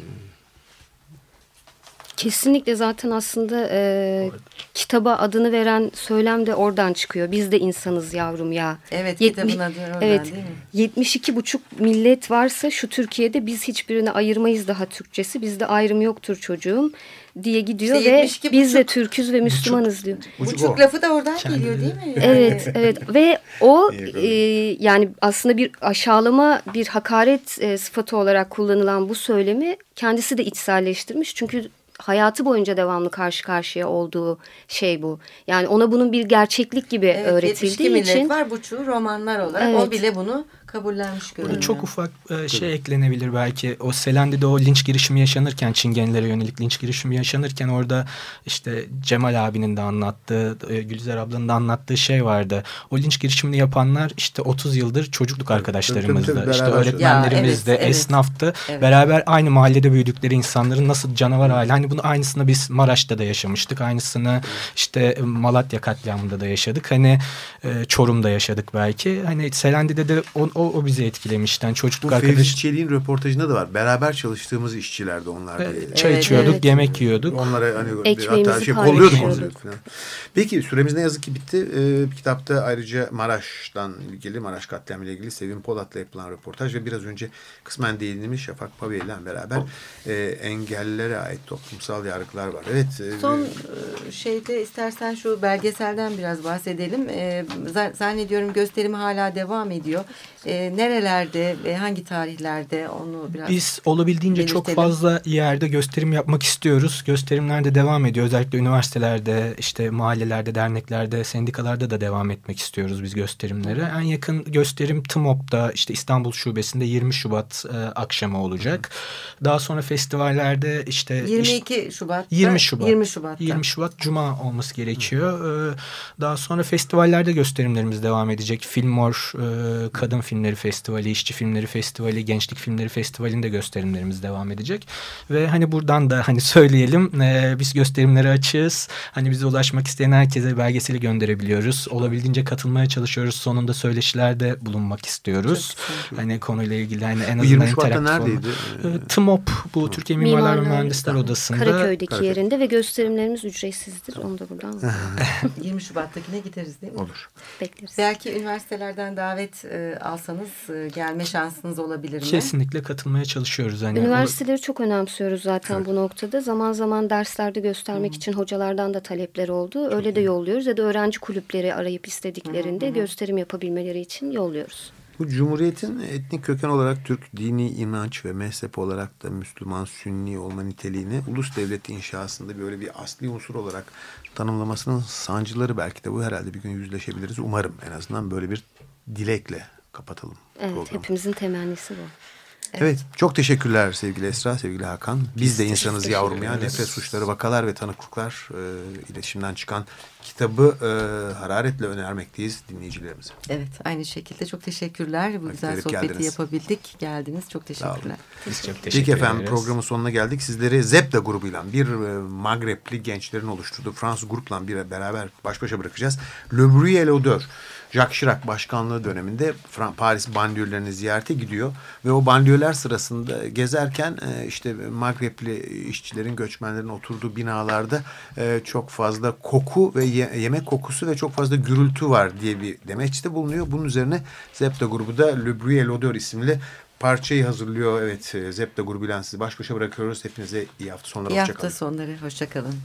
D: kesinlikle zaten aslında e, kitaba adını veren söylem de oradan çıkıyor. Biz de insanız yavrum ya.
C: Evet,
D: Yetmiş-
C: kitabın adı oradan
D: evet,
C: değil mi?
D: yetmiş iki buçuk millet varsa şu Türkiye'de biz hiçbirini ayırmayız daha Türkçesi. Bizde ayrım yoktur çocuğum diye gidiyor
C: İşte
D: ve
C: yetmiş iki
D: biz de
C: buçuk-
D: Türküz ve Müslümanız diyor.
B: Buçuk
C: Buçuk
B: o.
C: lafı da oradan
E: Kendi-
C: geliyor değil mi? Yani?
D: Evet, evet ve o
B: İyi,
D: e, yani aslında bir aşağılama, bir hakaret e, sıfatı olarak kullanılan bu söylemi kendisi de içselleştirmiş. Çünkü hayatı boyunca devamlı karşı karşıya olduğu şey bu. Yani ona bunun bir gerçeklik gibi
C: Evet, yetmiş iki
D: öğretildiği
C: millet
D: için.
C: var, buçuğu romanlar olarak.
D: Evet.
C: O bile bunu kabullenmiş görünüyor.
E: Burada çok ufak e, şey eklenebilir belki. O Selendi'de o linç girişimi yaşanırken, Çingenelere yönelik linç girişimi yaşanırken orada işte Cemal abinin de anlattığı, e, Gülizar ablanın da anlattığı şey vardı. O linç girişimini yapanlar işte otuz yıldır çocukluk arkadaşlarımızdı.
B: tabii, tabii,
E: işte
B: beraber
E: öğretmenlerimiz de,
C: Ya, evet, evet.
E: esnaftı.
C: Evet.
E: Beraber aynı mahallede büyüdükleri insanların nasıl canavar hali. Hani bunu aynısını biz Maraş'ta da yaşamıştık. Aynısını işte Malatya katliamında da yaşadık. Hani e, Çorum'da yaşadık belki. Hani Selendi'de de o, o, o bizi etkilemişti. Yani
B: Bu
E: çocukluk
B: Fevzi
E: arkadaş.
B: Çelik'in röportajında da var. Beraber çalıştığımız işçilerdi onlar diye.
E: Evet, çay
C: Evet,
E: içiyorduk,
D: evet.
E: yemek yiyorduk.
B: Onlara hani
D: Ekmeğimizi
B: hatta şey kolluyorduk
D: paylaşıyorduk.
B: onları falan. Peki süremiz ne yazık ki bitti. Ee, kitapta ayrıca Maraş'tan ilgili, Maraş katliamı ile ilgili Sevim Polat'la yapılan röportaj ve biraz önce kısmen değindiğimiz Şafak Pave ile beraber e, engellilere ait toplumsal yargılar var. Evet. E,
C: Son e, şeyde istersen şu belgeselden biraz bahsedelim. E, za- zannediyorum gösterim hala devam ediyor. E, nerelerde ve hangi tarihlerde onu biraz
E: Biz olabildiğince çok
C: belirtelim.
E: fazla yerde gösterim yapmak istiyoruz. Gösterimler de devam ediyor. Özellikle üniversitelerde, işte mahallelerde, derneklerde, sendikalarda da devam etmek istiyoruz biz gösterimlere. En yakın gösterim T M O P'da, işte İstanbul Şubesi'nde yirmi Şubat e, akşamı olacak. Daha sonra festivallerde işte
C: yirmi iki Şubat'ta
E: yirmi Şubat.
C: yirmi Şubat'ta.
E: yirmi Şubat Cuma olması gerekiyor. Ee, Daha sonra festivallerde gösterimlerimiz devam edecek. Filmor, e, Kadın Filmleri Festivali, İşçi Filmleri Festivali, Gençlik Filmleri Festivali'nde gösterimlerimiz devam edecek. Ve hani buradan da hani söyleyelim, e, biz gösterimlere açığız. Hani bize ulaşmak isteyen herkese belgeseli gönderebiliyoruz. Olabildiğince katılmaya çalışıyoruz. Sonunda söyleşilerde bulunmak istiyoruz. Hani konuyla ilgili hani en
B: Bu
E: azından
B: yirmi Şubat'ta
E: interaktif
B: neredeydi?
E: olmak. E, T M O P, bu Türkiye Mimarlar ve Mühendisler Odası'nda.
D: Karaköy'deki
B: Karaköy.
D: yerinde ve gösterimlerimiz ücretsizdir. Onu da buradan
C: yirmi Şubat'takine gideriz değil mi?
B: Olur.
D: bekleriz.
C: Belki üniversitelerden davet e, alsanız e, gelme şansınız olabilir mi?
E: Kesinlikle katılmaya çalışıyoruz. Hani
D: Üniversiteleri çok önemsiyoruz zaten
B: Evet.
D: bu noktada. Zaman zaman derslerde göstermek için hocalardan da talepler oldu. Öyle de yolluyoruz ya da öğrenci kulüpleri arayıp istediklerinde gösterim yapabilmeleri için yolluyoruz.
B: Bu Cumhuriyet'in etnik köken olarak Türk, dini inanç ve mezhep olarak da Müslüman, Sünni olma niteliğini ulus devleti inşasında böyle bir asli unsur olarak tanımlamasının sancıları, belki de bu herhalde bir gün yüzleşebiliriz. Umarım, en azından böyle bir dilekle kapatalım
D: Evet,
B: programı.
D: hepimizin temennisi bu.
B: Evet, çok teşekkürler sevgili Esra, sevgili Hakan. Biz de insanız
D: teşekkür
B: yavrum ya.
D: ederiz.
B: Nefret Suçları, Vakalar ve Tanıklıklar e, iletişimden çıkan kitabı e, hararetle önermekteyiz dinleyicilerimize.
C: Evet, aynı şekilde çok teşekkürler. Bu
B: Vakit
C: güzel
B: verip
C: sohbeti
B: geldiniz.
C: yapabildik. Geldiniz. Çok teşekkürler.
E: Biz çok teşekkür
B: Peki efendim,
E: ederiz.
B: programın sonuna geldik. Sizleri Zebda grubuyla, bir e, Magrepli gençlerin oluşturduğu Fransız grupla bir beraber baş başa bırakacağız. Le Bruit et l'Odeur. Jacques Chirac başkanlığı döneminde Fran- Paris banliyölerini ziyarete gidiyor ve o banliyöler sırasında gezerken e, işte Magrepli işçilerin, göçmenlerin oturduğu binalarda e, çok fazla koku ve ye- yemek kokusu ve çok fazla gürültü var diye bir demeçte bulunuyor. Bunun üzerine Zebda grubu da Le Bruit et l'Odeur isimli parçayı hazırlıyor. Evet, e, Zebda grubuyla sizi baş başa bırakıyoruz. Hepinize iyi hafta sonları.
C: İyi
B: Hoşça
C: hafta
B: kalın.
C: sonları. Hoşçakalın.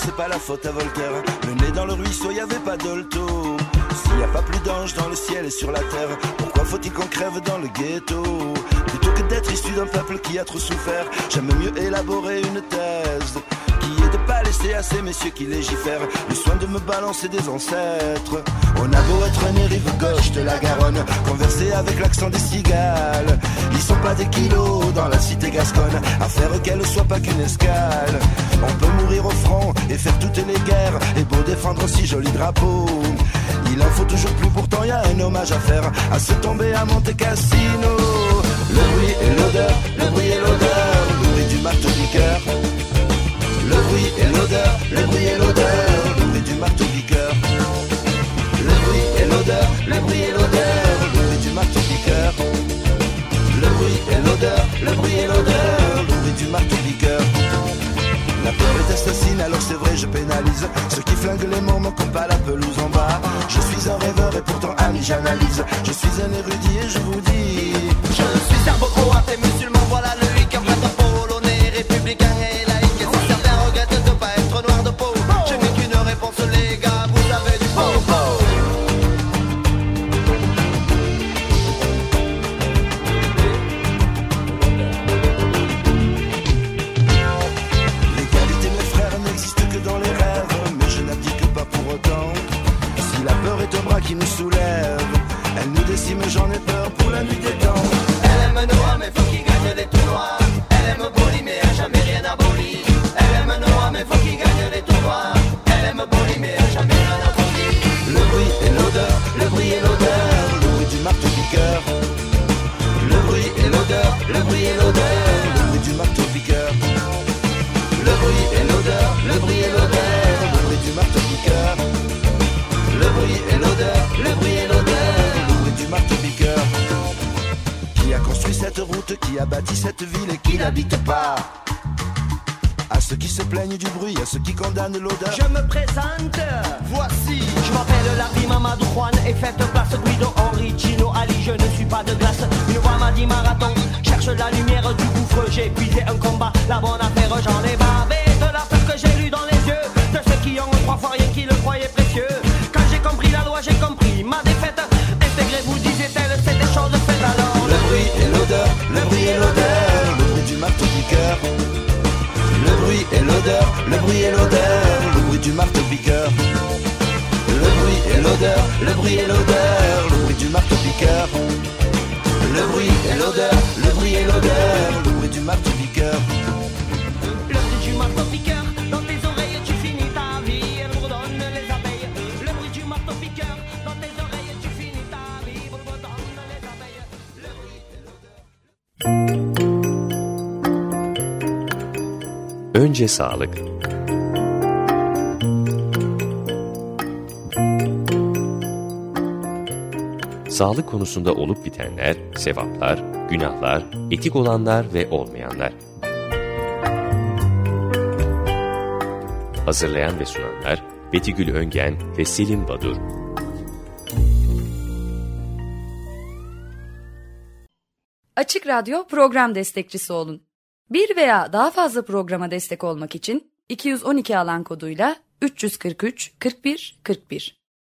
G: c'est pas la faute à Voltaire. Le nez dans le ruisseau, y avait pas d'olto. S'il y a pas plus d'anges dans le ciel et sur la terre, pourquoi faut-il qu'on crève dans le ghetto? Plutôt que d'être issu d'un peuple qui a trop souffert, j'aime mieux élaborer une thèse qui est de pas laisser à ces messieurs qui légifèrent le soin de me balancer des ancêtres. On a beau être né rive gauche de la Garonne, converser avec l'accent des cigales, ils sont pas des kilos dans la cité gasconne, à faire qu'elle soit pas qu'une escale. On peut mourir au front et faire toutes les guerres, et beau défendre si joli drapeau, il en faut toujours plus, pourtant y a un hommage à faire, à se tomber à Monte Cassino. Le bruit et l'odeur, le bruit et l'odeur, le bruit du marteau-piqueur. Le bruit et l'odeur, le bruit et l'odeur, le bruit du marteau-piqueur. Le bruit et l'odeur, le bruit et l'odeur, le bruit du marteau-piqueur. Le bruit et l'odeur, le bruit et l'odeur, le bruit du marteau-piqueur. La peur est assassine, alors c'est vrai je pénalise ceux qui flinguent les mômes comme pas la pelouse en bas. Je suis un rêveur et pourtant ami j'analyse. Je suis un érudit et je vous dis, je suis serbo-croate et musulman, voilà le hic. Un prêtre polonais, républicain et laïque. Et si certains regrettent de pas être noir de peau, je n'ai qu'une réponse les gars, vous avez du faux. Qui nous soulève, elle nous décime, j'en ai peur pour la nuit des temps. Elle aime Noah mais faut qu'il gagne les tournois. Elle aime Boli mais a jamais rien aboli. Elle aime Noah mais faut qu'il gagne les tournois. Elle aime Boli mais a jamais rien aboli. Le bruit et l'odeur, le bruit et l'odeur, le bruit du marteau-piqueur. Le bruit et l'odeur, le bruit et l'odeur, le bruit du marteau-piqueur. Le bruit et l'odeur, le bruit et l'odeur, le bruit du marteau-piqueur. Le bruit et l'odeur, le bruit et l'odeur, le bruit du marteau-piqueur. Qui a construit cette route, qui a bâti cette ville et qui n'habite pas? À ceux qui se plaignent du bruit, à ceux qui condamnent l'odeur, je me présente, voici. Je m'appelle Larry Mamadou Juan et faites place Guido Henri Gino Ali. Je ne suis pas de glace, une voix m'a dit marathon. Cherche la lumière du gouffre, j'ai épuisé un combat. La bonne affaire, j'en ai bavé de la peur que j'ai lu dans les yeux de ceux qui ont trois fois rien qui le croyaient précieux. Compris la loi, j'ai compris ma défaite. Intégrez-vous, disait-elle, c'est des choses faites alors. Le bruit et l'odeur, le bruit et l'odeur, le bruit du marteau-piqueur. Le bruit et l'odeur, le bruit et l'odeur, le bruit du marteau-piqueur. Le bruit et l'odeur, le bruit et l'odeur, le bruit du marteau-piqueur. Le bruit et l'odeur, le bruit et l'odeur, le bruit du marteau-piqueur. Le bruit du marteau-piqueur, dans tes oreilles tu finis ta vie. Elle redonne les abeilles. Le bruit du marteau-piqueur, dans tes oreilles tu finis ta vie. Elle redonne les abeilles. Le bruit et l'odeur.
A: Önce sağlık. Sağlık konusunda olup bitenler, sevaplar, günahlar, etik olanlar ve olmayanlar. Hazırlayan ve sunanlar Betigül Öngen ve Selin Badur.
H: Açık Radyo program destekçisi olun. Bir veya daha fazla programa destek olmak için iki yüz on iki alan koduyla üç yüz kırk üç kırk bir kırk bir